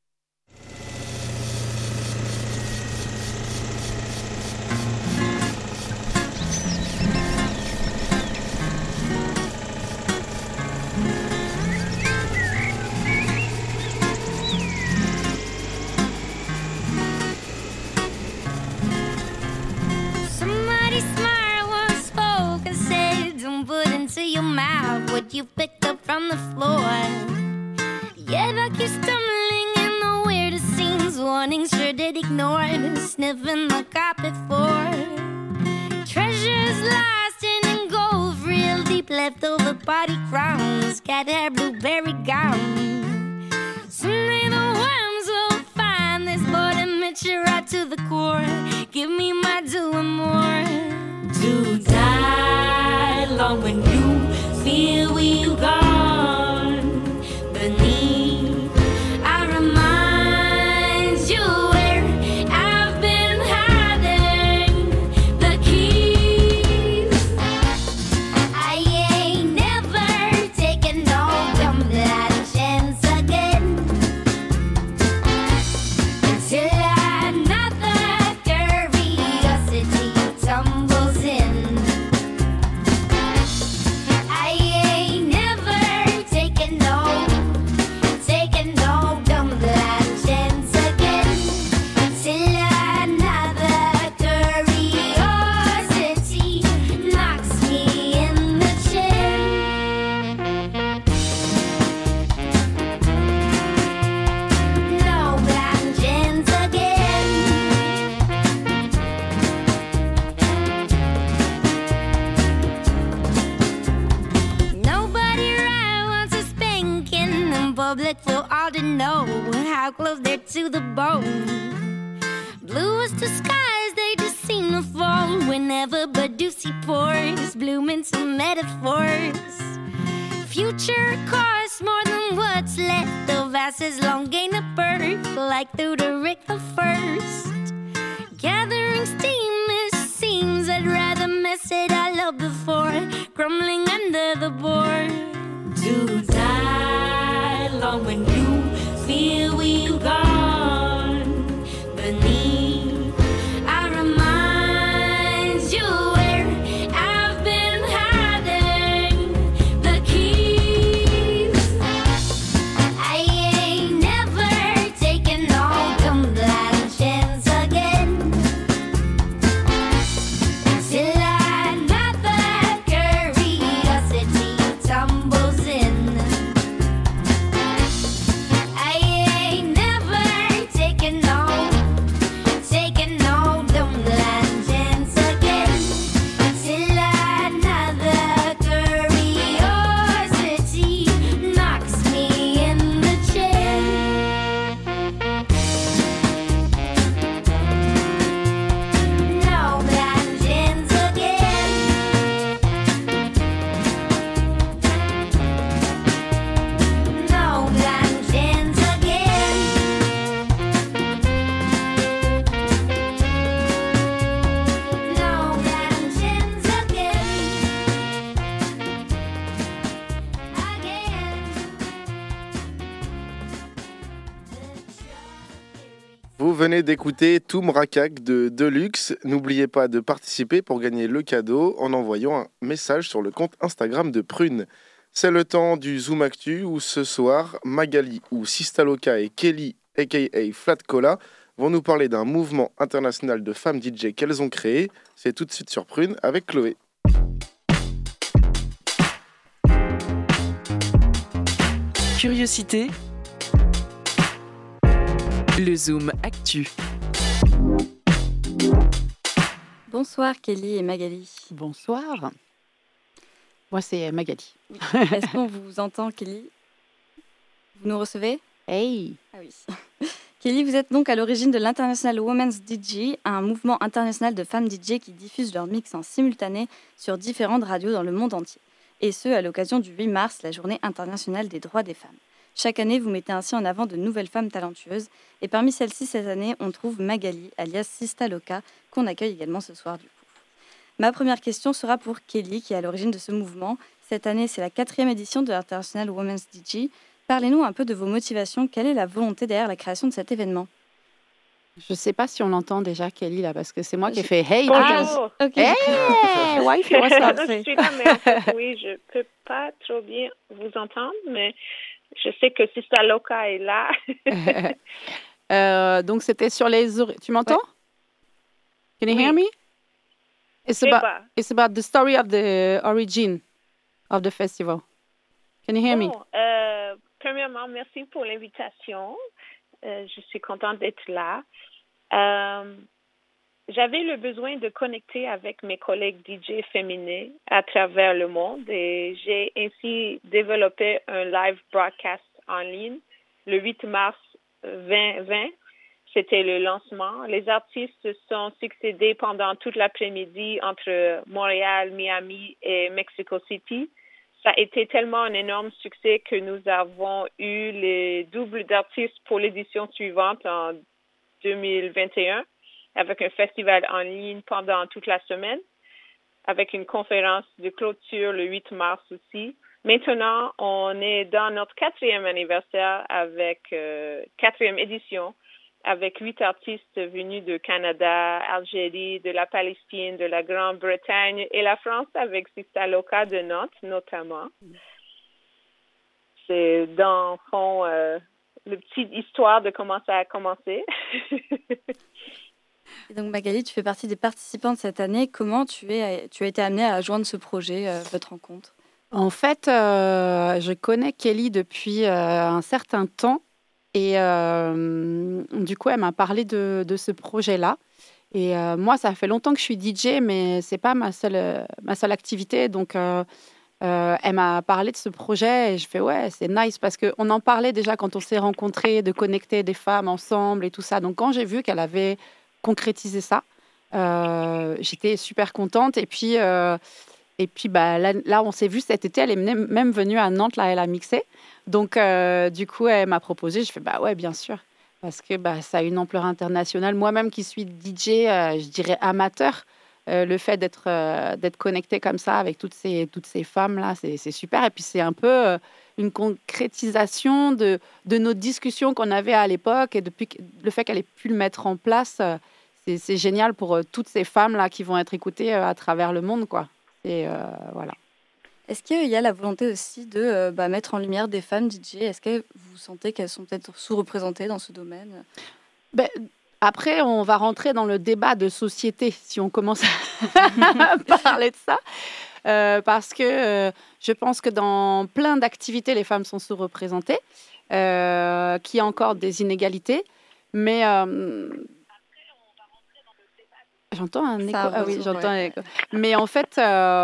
Your mouth, what you picked up from the floor. Yeah, like you're stumbling in the weirdest scenes, warnings sure did ignore, sniffing the carpet floor. Treasures lost in gold, real deep leftover party crowns, cat hair, blueberry gown. Someday the worms will find this bored and mature right to the core. Give me my due and more. To die long when you feel we've gone beneath. I remind you where I've been hiding the keys. I ain't never taken no dumb that chance again until another curiosity tumbles in. I ain't never public for all to know how close they're to the bone. Blue as the skies, they just seem to fall whenever Badusi pours, bloom into metaphors. Future costs more than what's left of us as long gain a birth, like Theodoric the First. Gathering steam, it seems I'd rather mess it all up before crumbling under the board. To die long when you feel we've gone beneath, I remind you where I've been hiding the keys. I ain't never taken no dumb blind chance again. Till another curiosity tumbles in. I ain't never taken no dumb blind chance again. Till another curiosity knocks me in the chin. No blind chance again. No blind chance again. No blind chance Vous venez d'écouter Toum Rakak de Deluxe. N'oubliez pas de participer pour gagner le cadeau en envoyant un message sur le compte Instagram de Prune. C'est le temps du Zoom Actu où ce soir, Magali ou Sistaloka et Kelly, aka Flat Cola, vont nous parler d'un mouvement international de femmes DJ qu'elles ont créé. C'est tout de suite sur Prune avec Chloé. Curiosité. Le Zoom Actu. Bonsoir Kelly et Magali. Bonsoir. Moi, c'est Magali. Est-ce qu'on vous entend, Kelly? Vous nous recevez? Hey. Ah oui. Kelly, vous êtes donc à l'origine de l'International Women's DJ, un mouvement international de femmes DJ qui diffusent leur mix en simultané sur différentes radios dans le monde entier. Et ce, à l'occasion du 8 mars, la journée internationale des droits des femmes. Chaque année, vous mettez ainsi en avant de nouvelles femmes talentueuses. Et parmi celles-ci, cette année, on trouve Magali, alias Sistaloka, qu'on accueille également ce soir du coup. Ma première question sera pour Kelly, qui est à l'origine de ce mouvement. Cette année, c'est la 4e édition de l'International Women's DJ. Parlez-nous un peu de vos motivations. Quelle est la volonté derrière la création de cet événement? Je ne sais pas si on l'entend déjà, Kelly, là, parce que c'est moi qui ai fait « Hey, Bonjour. Ok. hey, wifey, what's up ?» Je suis là, mais en fait, oui, je peux pas trop bien vous entendre, mais je sais que Sistaloka est là. Donc, c'était sur les... Tu m'entends? Can you hear me? It's about the story of the origin of the festival. Can you hear me? Premièrement, merci pour l'invitation. Je suis contente d'être là. J'avais le besoin de connecter avec mes collègues DJ féminins à travers le monde et j'ai ainsi développé un live broadcast en ligne le 8 mars 2020. C'était le lancement. Les artistes se sont succédés pendant toute l'après-midi entre Montréal, Miami et Mexico City. Ça a été tellement un énorme succès que nous avons eu les doubles d'artistes pour l'édition suivante en 2021, avec un festival en ligne pendant toute la semaine, avec une conférence de clôture le 8 mars aussi. Maintenant, on est dans notre 4e anniversaire avec 4e édition, avec 8 artistes venus de Canada, Algérie, de la Palestine, de la Grande-Bretagne et la France avec Sistaloka de Nantes notamment. C'est dans le fond la petite histoire de comment ça a commencé. Et donc Magali, tu fais partie des participants de cette année. Comment tu as été amenée à joindre ce projet, votre rencontre? En fait, je connais Kelly depuis un certain temps. Et du coup, elle m'a parlé de ce projet-là. Et moi, ça fait longtemps que je suis DJ, mais ce n'est pas ma seule activité. Donc, Elle m'a parlé de ce projet et je fais ouais, c'est nice parce qu'on en parlait déjà quand on s'est rencontrés, de connecter des femmes ensemble et tout ça. Donc quand j'ai vu qu'elle avait concrétisé ça, j'étais super contente. Et puis là, on s'est vu cet été, elle est même venue à Nantes, là, elle a mixé. Donc du coup, elle m'a proposé, je fais bah ouais, bien sûr. Parce que ça a une ampleur internationale. Moi-même qui suis DJ, je dirais amateur, le fait d'être connecté comme ça avec toutes ces femmes-là, c'est super. Et puis c'est un peu une concrétisation de nos discussions qu'on avait à l'époque. Et depuis le fait qu'elle ait pu le mettre en place, c'est génial pour toutes ces femmes-là qui vont être écoutées à travers le monde, quoi. Et voilà. Est-ce qu'il y a la volonté aussi de mettre en lumière des femmes DJ? Est-ce que vous sentez qu'elles sont peut-être sous-représentées dans ce domaine? Après, on va rentrer dans le débat de société si on commence à parler de ça. Parce que je pense que dans plein d'activités, les femmes sont sous-représentées, qu'il y a encore des inégalités. Mais j'entends un écho. Ah oui, j'entends un écho. Mais en fait...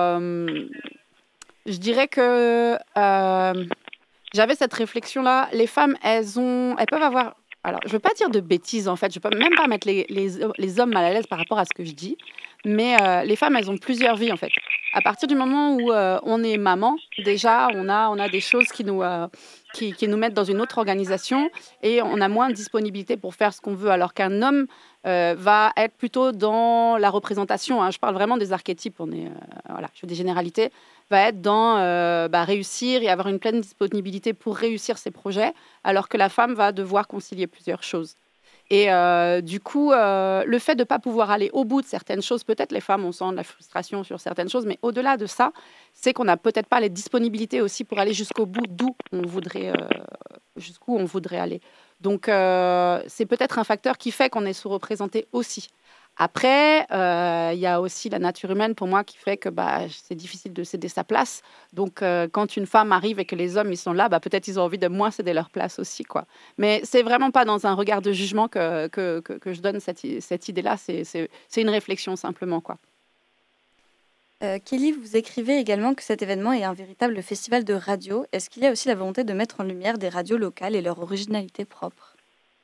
je dirais que j'avais cette réflexion-là. Les femmes, elles peuvent avoir... Alors, je ne veux pas dire de bêtises, en fait. Je ne peux même pas mettre les hommes mal à l'aise par rapport à ce que je dis. Mais les femmes, elles ont plusieurs vies, en fait. À partir du moment où on est maman, déjà, on a des choses qui nous mettent dans une autre organisation et on a moins de disponibilité pour faire ce qu'on veut. Alors qu'un homme va être plutôt dans la représentation. Hein. Je parle vraiment des archétypes. Je fais des généralités. Va être dans réussir et avoir une pleine disponibilité pour réussir ses projets, alors que la femme va devoir concilier plusieurs choses. Et du coup, le fait de ne pas pouvoir aller au bout de certaines choses, peut-être les femmes, on sent de la frustration sur certaines choses, mais au-delà de ça, c'est qu'on n'a peut-être pas les disponibilités aussi pour aller jusqu'au bout jusqu'où on voudrait aller. Donc, c'est peut-être un facteur qui fait qu'on est sous-représenté aussi. Après, il y a aussi la nature humaine pour moi qui fait que c'est difficile de céder sa place. Donc, quand une femme arrive et que les hommes ils sont là, peut-être ils ont envie de moins céder leur place aussi, quoi. Mais c'est vraiment pas dans un regard de jugement que je donne cette idée-là. C'est une réflexion simplement, quoi. Kelly, vous écrivez également que cet événement est un véritable festival de radio. Est-ce qu'il y a aussi la volonté de mettre en lumière des radios locales et leur originalité propre?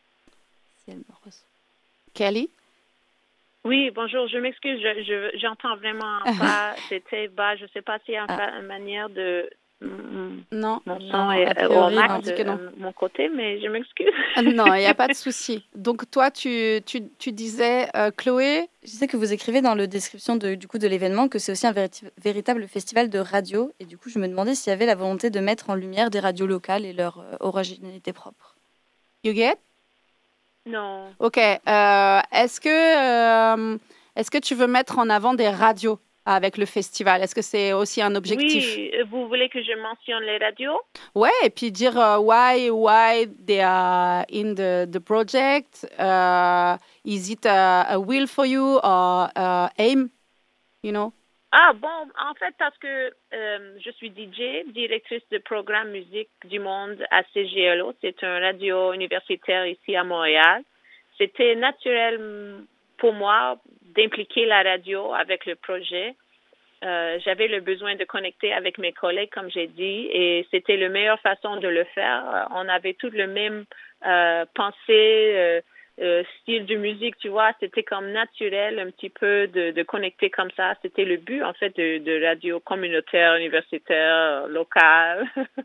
Kelly? Oui, bonjour, je m'excuse, j'entends vraiment pas, c'était bas, je ne sais pas s'il y a une manière de... Non, mon son est au max de mon côté, mais je m'excuse. Non, il n'y a pas de souci. Donc toi, tu disais, Chloé... Je disais que vous écrivez dans la description de l'événement que c'est aussi un véritable festival de radio, et du coup je me demandais s'il y avait la volonté de mettre en lumière des radios locales et leur originalité propre. You get? Non. Ok. Est-ce que tu veux mettre en avant des radios avec le festival? Est-ce que c'est aussi un objectif? Oui. Vous voulez que je mentionne les radios? Ouais, et puis dire why they are in the project. Is it a will for you or aim? You know? Ah bon, en fait, parce que je suis DJ, directrice de programme musique du monde à CGLO. C'est un radio universitaire ici à Montréal. C'était naturel pour moi d'impliquer la radio avec le projet. J'avais le besoin de connecter avec mes collègues, comme j'ai dit, et c'était la meilleure façon de le faire. On avait tout le même pensée, style de musique, tu vois, c'était comme naturel un petit peu de connecter comme ça. C'était le but, en fait, de radio communautaire, universitaire, locale.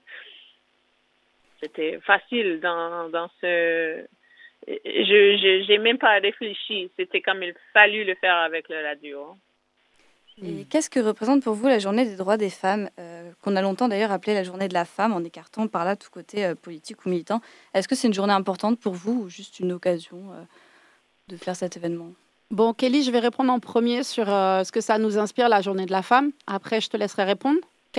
C'était facile dans ce... J'ai même pas réfléchi. C'était comme il fallut le faire avec la radio. Et qu'est-ce que représente pour vous la journée des droits des femmes, qu'on a longtemps d'ailleurs appelée la journée de la femme, en écartant par là tout côté politique ou militant? Est-ce que c'est une journée importante pour vous ou juste une occasion de faire cet événement? Bon, Kelly, je vais répondre en premier sur ce que ça nous inspire, la journée de la femme. Après, je te laisserai répondre, ok?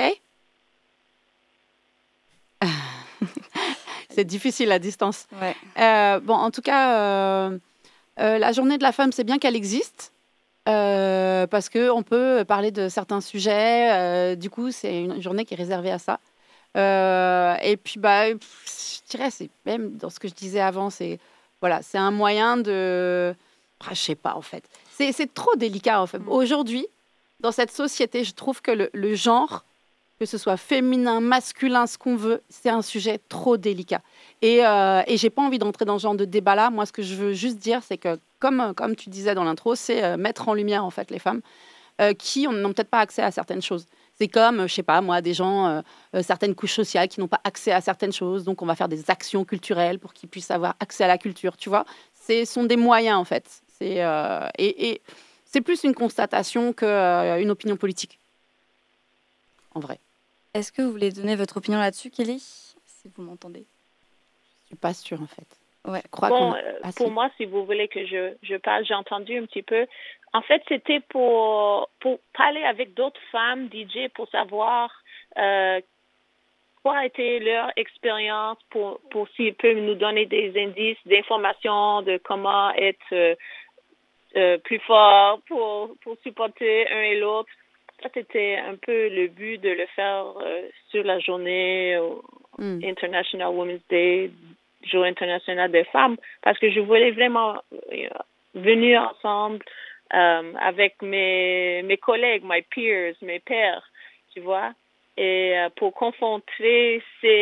C'est difficile à distance. Ouais. En tout cas, la journée de la femme, c'est bien qu'elle existe. Parce qu'on peut parler de certains sujets. Du coup, c'est une journée qui est réservée à ça. Et puis, je dirais, c'est même dans ce que je disais avant, c'est un moyen de... je sais pas, en fait. C'est trop délicat, en fait. Aujourd'hui, dans cette société, je trouve que le genre que ce soit féminin, masculin, ce qu'on veut, c'est un sujet trop délicat. Et j'ai pas envie d'entrer dans ce genre de débat-là. Moi, ce que je veux juste dire, c'est que, comme tu disais dans l'intro, c'est mettre en lumière, en fait, les femmes qui n'ont peut-être pas accès à certaines choses. C'est comme, je sais pas, moi, des gens, certaines couches sociales qui n'ont pas accès à certaines choses. Donc, on va faire des actions culturelles pour qu'ils puissent avoir accès à la culture, tu vois. Ce sont des moyens, en fait. Et c'est plus une constatation qu'une opinion politique, en vrai. Est-ce que vous voulez donner votre opinion là-dessus, Kelly, si vous m'entendez? Je suis pas sûre, en fait. Ouais. Je crois pour moi, si vous voulez que je parle, j'ai entendu un petit peu. En fait, c'était pour parler avec d'autres femmes DJ pour savoir quoi a été leur expérience, pour s'ils peuvent nous donner des indices, d'informations de comment être plus fort pour supporter un et l'autre. Ça, c'était un peu le but de le faire sur la journée International Women's Day, Jour international des femmes, parce que je voulais vraiment venir ensemble avec mes collègues, mes peers, mes pairs, tu vois, et pour confronter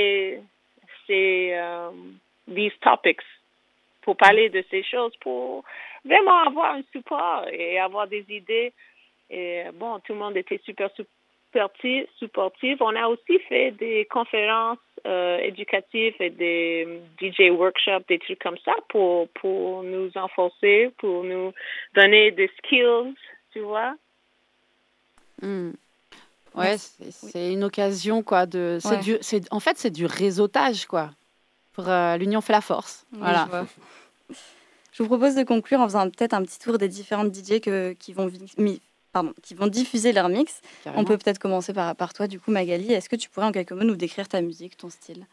these topics, pour parler de ces choses, pour vraiment avoir un support et avoir des idées. Et bon, tout le monde était super supportif. On a aussi fait des conférences éducatives et des DJ workshops, des trucs comme ça pour nous enforcer, pour nous donner des skills, tu vois. Ouais, c'est une occasion, quoi. En fait, c'est du réseautage, quoi. Pour l'union fait la force. Oui, Voilà. Je vous propose de conclure en faisant peut-être un petit tour des différentes DJ qui vont diffuser leur mix. Carrément. On peut peut-être commencer par toi, du coup, Magali. Est-ce que tu pourrais en quelques mots nous décrire ta musique, ton style?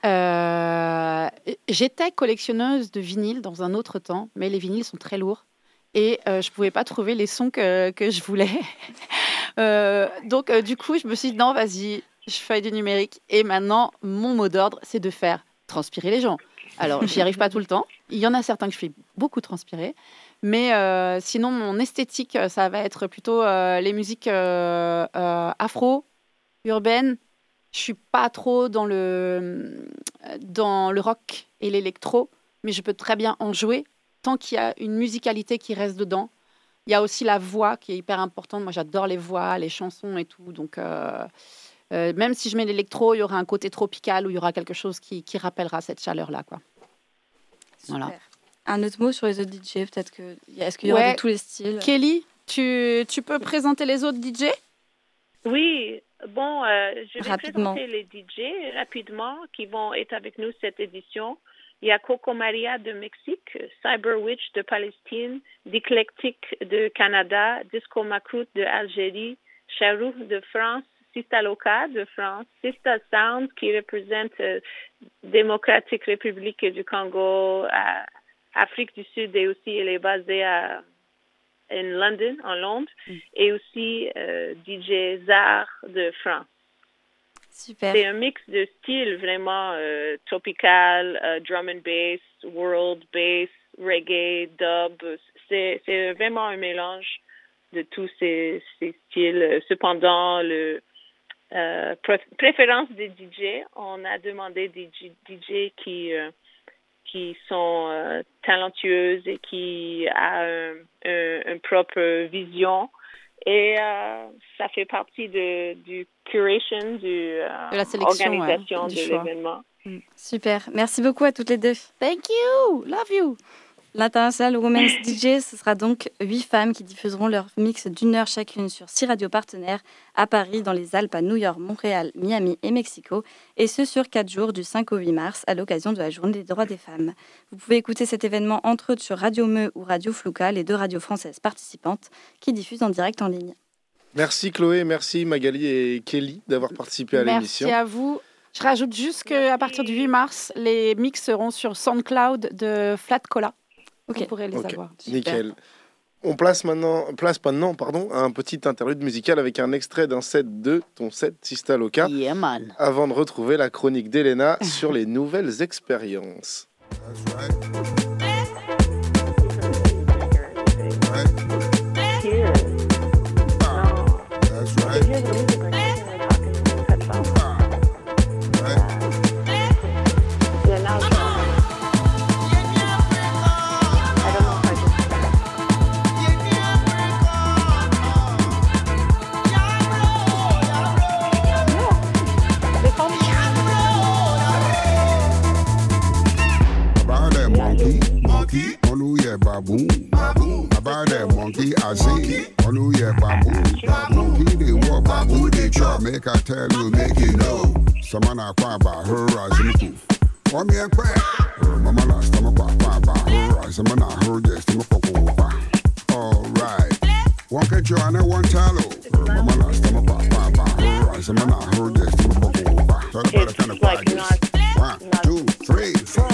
J'étais collectionneuse de vinyles dans un autre temps, mais les vinyles sont très lourds et je ne pouvais pas trouver les sons que je voulais. Donc, du coup, je me suis dit, non, vas-y, je fais du numérique. Et maintenant, mon mot d'ordre, c'est de faire transpirer les gens. Alors, j'y arrive pas tout le temps. Il y en a certains que je fais beaucoup transpirer. Mais sinon, mon esthétique, ça va être plutôt les musiques afro, urbaines. Je suis pas trop dans le rock et l'électro, mais je peux très bien en jouer tant qu'il y a une musicalité qui reste dedans. Il y a aussi la voix qui est hyper importante. Moi, j'adore les voix, les chansons et tout. Donc, même si je mets l'électro, il y aura un côté tropical où il y aura quelque chose qui rappellera cette chaleur-là, quoi. Super. Voilà. Un autre mot sur les autres DJ, peut-être que... Est-ce qu'il y aura de tous les styles? Kelly, tu peux présenter les autres DJ? Oui, bon, je vais Rapidement. présenter les DJ rapidement qui vont être avec nous cette édition. Il y a Coco Maria de Mexique, Cyber Witch de Palestine, Diclectic de Canada, Disco Macroute de Algérie, Charou de France, Sista Loca de France, Sista Sound qui représente Démocratique République du Congo, Afrique du Sud, et aussi elle est basée en Londres, et aussi DJ Zar de France. Super. C'est un mix de styles vraiment tropical, drum and bass, world bass, reggae, dub. C'est vraiment un mélange de tous ces styles. Cependant, préférence des DJ, on a demandé des DJ qui sont talentueuses et qui ont une propre vision. Et ça fait partie du curation, de la sélection, organisation du de choix. l'événement. Super. Merci beaucoup à toutes les deux. Thank you. Love you. L'International Women's DJ, ce sera donc 8 femmes qui diffuseront leur mix d'1 heure chacune sur 6 radios partenaires à Paris, dans les Alpes, à New York, Montréal, Miami et Mexico, et ce sur 4 jours du 5 au 8 mars à l'occasion de la Journée des droits des femmes. Vous pouvez écouter cet événement entre autres sur Radio Meux ou Radio Flouka, les 2 radios françaises participantes qui diffusent en direct en ligne. Merci Chloé, merci Magali et Kelly d'avoir participé à l'émission. Merci à vous. Je rajoute juste qu'à partir du 8 mars, les mix seront sur SoundCloud de Flat Cola. Vous pourrez les avoir. Nickel. On place maintenant un petit interlude musical avec un extrait d'un set de ton set Sista Loca. Yeah, man. Avant de retrouver la chronique d'Elena sur les nouvelles expériences. That's right. baboon. About that monkey I see. Oh no, yeah, baboon. Monkey they walk, baboon they chop. Make I tell you, make you know. Someone I cry about her as in the oh me and cry. Mama last time I cry about her as in the heard this to my papa. All right. One can join and one tallow. Mama last time I cry about her as in the heard this to my papa. Tell about the kind of practice. 1, 2, 3, 4.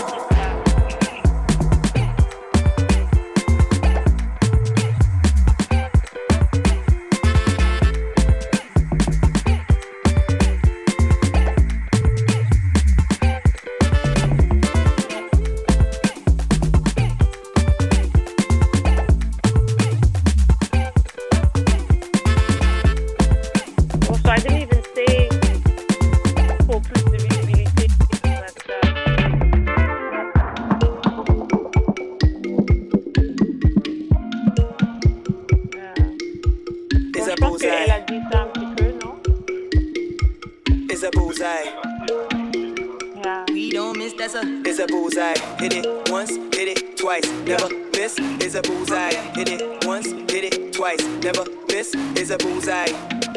It's a bullseye. Hit it once, hit it twice, never miss. It's a bullseye. Hit it once, hit it twice, never miss. It's a bullseye.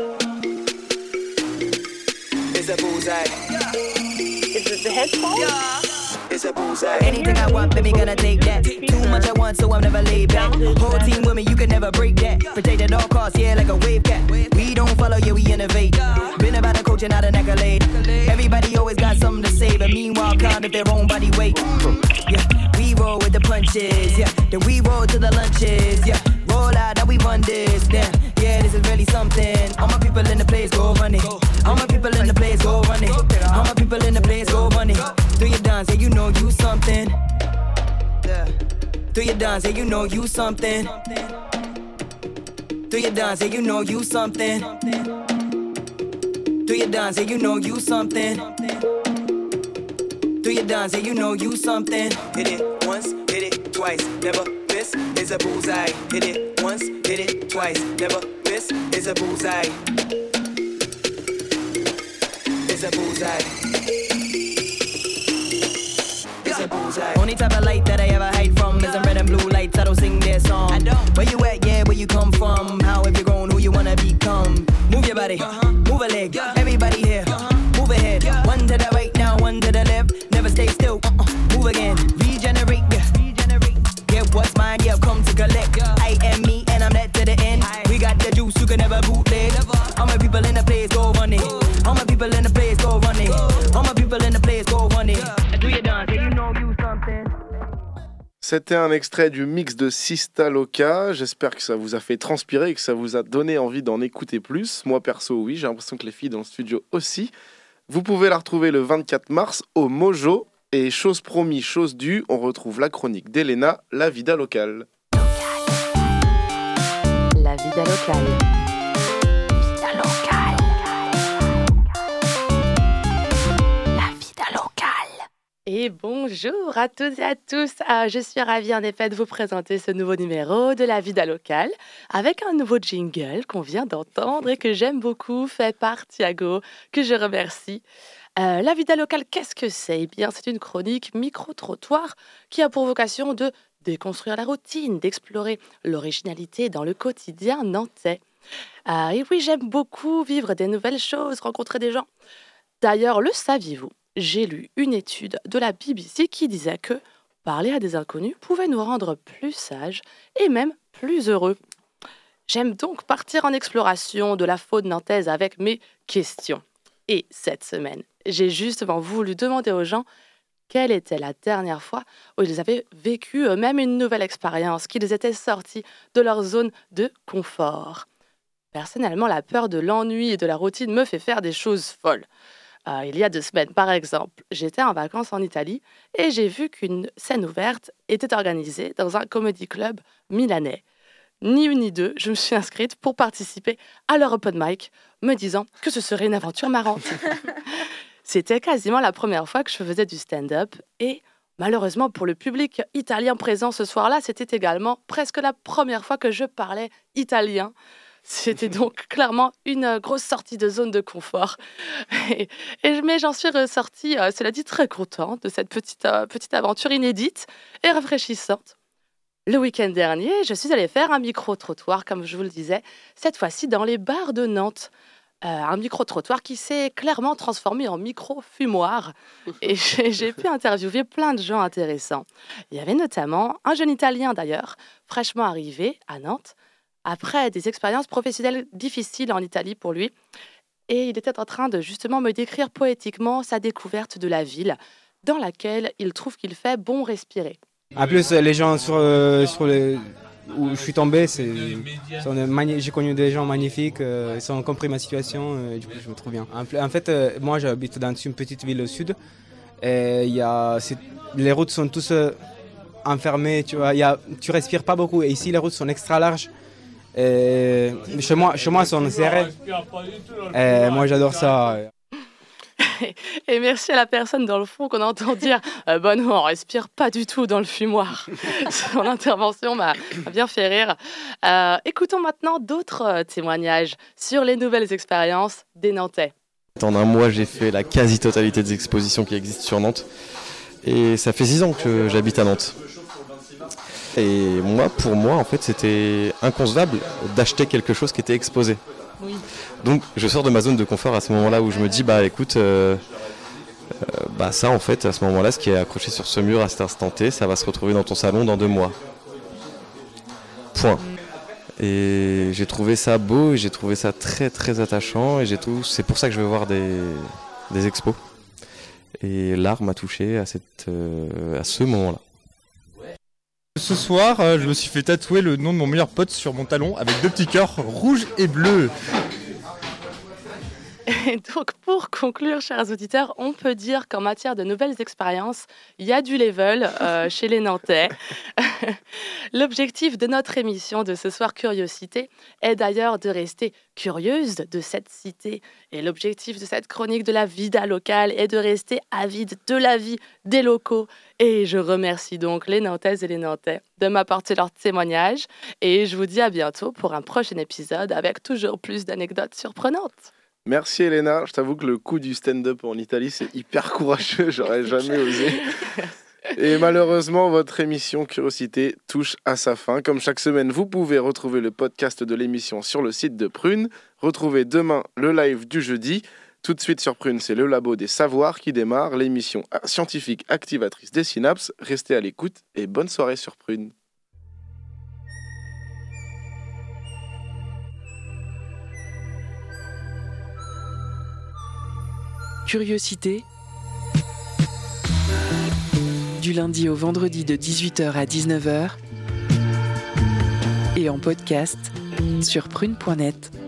It's a bullseye. Is it the headphone? Yeah. It's a bullseye. Anything I want, baby, gonna take that. Too much I want, so I'm never laid back. Whole team with me, you can never break that. Protect at all costs, yeah, like a wave cat. We don't follow, yeah, we innovate. Been about a coach and not an accolade. Everybody always got something to say, but meanwhile, count if their own body weight. Yeah, we roll with the punches, yeah. Then we roll to the lunches, yeah. Roll out, now we run this, damn. Yeah, this is really something. All my people in the place, go run it. All my people in the place, go run it. All my people in the place, go run it. Do your dance, yeah, you know you something. Yeah. Do your dance, yeah, you know you something. Do your dance, yeah, you know you something. Do your dance, yeah, you know you something. Do your dance, yeah, you know you something. Hit it once, hit it twice, never miss. It's a bullseye. Hit it once, hit it twice, never miss. It's a bullseye. It's a bullseye. It's a bullseye. Only type of light that I ever hide from is the red and blue lights. I don't sing their song. I don't. Where you at? Yeah, where you come from? How have you grown? Who you wanna become? Move your body, move a leg. Everybody here, move ahead. One to the right now, one to the left. Never stay still. Move again. Regenerate, yeah. Get what's mine, yeah. Come to collect. I am me, and I'm led to the end. We got the juice, you can never bootleg. All my people in the place, go run it. All my people in the place, go run it. All my people in the place, go run it. Do your dance, you know you something. C'était un extrait du mix de Sista Loca. J'espère que ça vous a fait transpirer et que ça vous a donné envie d'en écouter plus. Moi, perso, oui, j'ai l'impression que les filles dans le studio aussi. Vous pouvez la retrouver le 24 mars au Mojo. Et chose promis, chose due, on retrouve la chronique d'Elena, La Vida Locale. La Vida Locale. Vida locale. La vida locale. Et bonjour à toutes et à tous. Je suis ravie en effet de vous présenter ce nouveau numéro de La Vida Locale avec un nouveau jingle qu'on vient d'entendre et que j'aime beaucoup, fait par Thiago, que je remercie. La Vida Locale, qu'est-ce que c'est ? Eh bien, c'est une chronique micro-trottoir qui a pour vocation de déconstruire la routine, d'explorer l'originalité dans le quotidien nantais. Et oui, j'aime beaucoup vivre des nouvelles choses, rencontrer des gens. D'ailleurs, le saviez-vous ? J'ai lu une étude de la BBC qui disait que parler à des inconnus pouvait nous rendre plus sages et même plus heureux. J'aime donc partir en exploration de la faune nantaise avec mes questions. Et cette semaine, j'ai justement voulu demander aux gens quelle était la dernière fois où ils avaient vécu eux-mêmes une nouvelle expérience, qu'ils étaient sortis de leur zone de confort. Personnellement, la peur de l'ennui et de la routine me fait faire des choses folles. Il y a 2 semaines, par exemple, j'étais en vacances en Italie et j'ai vu qu'une scène ouverte était organisée dans un comedy club milanais. Ni une ni deux, je me suis inscrite pour participer à leur open mic, me disant que ce serait une aventure marrante. C'était quasiment la première fois que je faisais du stand-up et malheureusement pour le public italien présent ce soir-là, c'était également presque la première fois que je parlais italien. C'était donc clairement une grosse sortie de zone de confort. Mais j'en suis ressortie, cela dit, très contente de cette petite aventure inédite et rafraîchissante. Le week-end dernier, je suis allée faire un micro-trottoir, comme je vous le disais, cette fois-ci dans les bars de Nantes. Un micro-trottoir qui s'est clairement transformé en micro-fumoir. Et j'ai pu interviewer plein de gens intéressants. Il y avait notamment un jeune Italien d'ailleurs, fraîchement arrivé à Nantes, après des expériences professionnelles difficiles en Italie pour lui. Et il était en train de justement me décrire poétiquement sa découverte de la ville, dans laquelle il trouve qu'il fait bon respirer. En plus, les gens sur les... où je suis tombé, j'ai connu des gens magnifiques, ils ont compris ma situation, du coup je me trouve bien. En fait, moi j'habite dans une petite ville au sud, et les routes sont tous enfermées, tu vois, tu respires pas beaucoup, et ici les routes sont extra larges, et chez moi elles sont serrées, et moi j'adore ça. Et merci à la personne dans le fond qu'on entend dire bah non, on respire pas du tout dans le fumoir. Son intervention m'a bien fait rire. Écoutons maintenant d'autres témoignages sur les nouvelles expériences des Nantais. En un mois, j'ai fait la quasi-totalité des expositions qui existent sur Nantes. Et ça fait 6 ans que j'habite à Nantes. Et pour moi, en fait, c'était inconcevable d'acheter quelque chose qui était exposé. Oui. Donc je sors de ma zone de confort à ce moment-là où je me dis écoute, ça en fait à ce moment-là, ce qui est accroché sur ce mur à cet instant T, ça va se retrouver dans ton salon dans 2 mois. Point. Et j'ai trouvé ça beau, et j'ai trouvé ça très très attachant, et c'est pour ça que je vais voir des expos. Et l'art m'a touché à ce moment-là. Ce soir, je me suis fait tatouer le nom de mon meilleur pote sur mon talon avec 2 petits cœurs rouges et bleus. Et donc, pour conclure, chers auditeurs, on peut dire qu'en matière de nouvelles expériences, il y a du level chez les Nantais. L'objectif de notre émission de ce soir Curiosité est d'ailleurs de rester curieuse de cette cité. Et l'objectif de cette chronique de la vida locale est de rester avide de la vie des locaux. Et je remercie donc les Nantaises et les Nantais de m'apporter leur témoignage. Et je vous dis à bientôt pour un prochain épisode avec toujours plus d'anecdotes surprenantes. Merci Elena, je t'avoue que le coup du stand-up en Italie c'est hyper courageux, j'aurais jamais osé. Et malheureusement votre émission Curiosité touche à sa fin. Comme chaque semaine vous pouvez retrouver le podcast de l'émission sur le site de Prune. Retrouvez demain le live du jeudi. Tout de suite sur Prune, c'est le Labo des Savoirs qui démarre, l'émission scientifique activatrice des synapses. Restez à l'écoute et bonne soirée sur Prune. Curiosité, du lundi au vendredi de 18h à 19h et en podcast sur prune.net.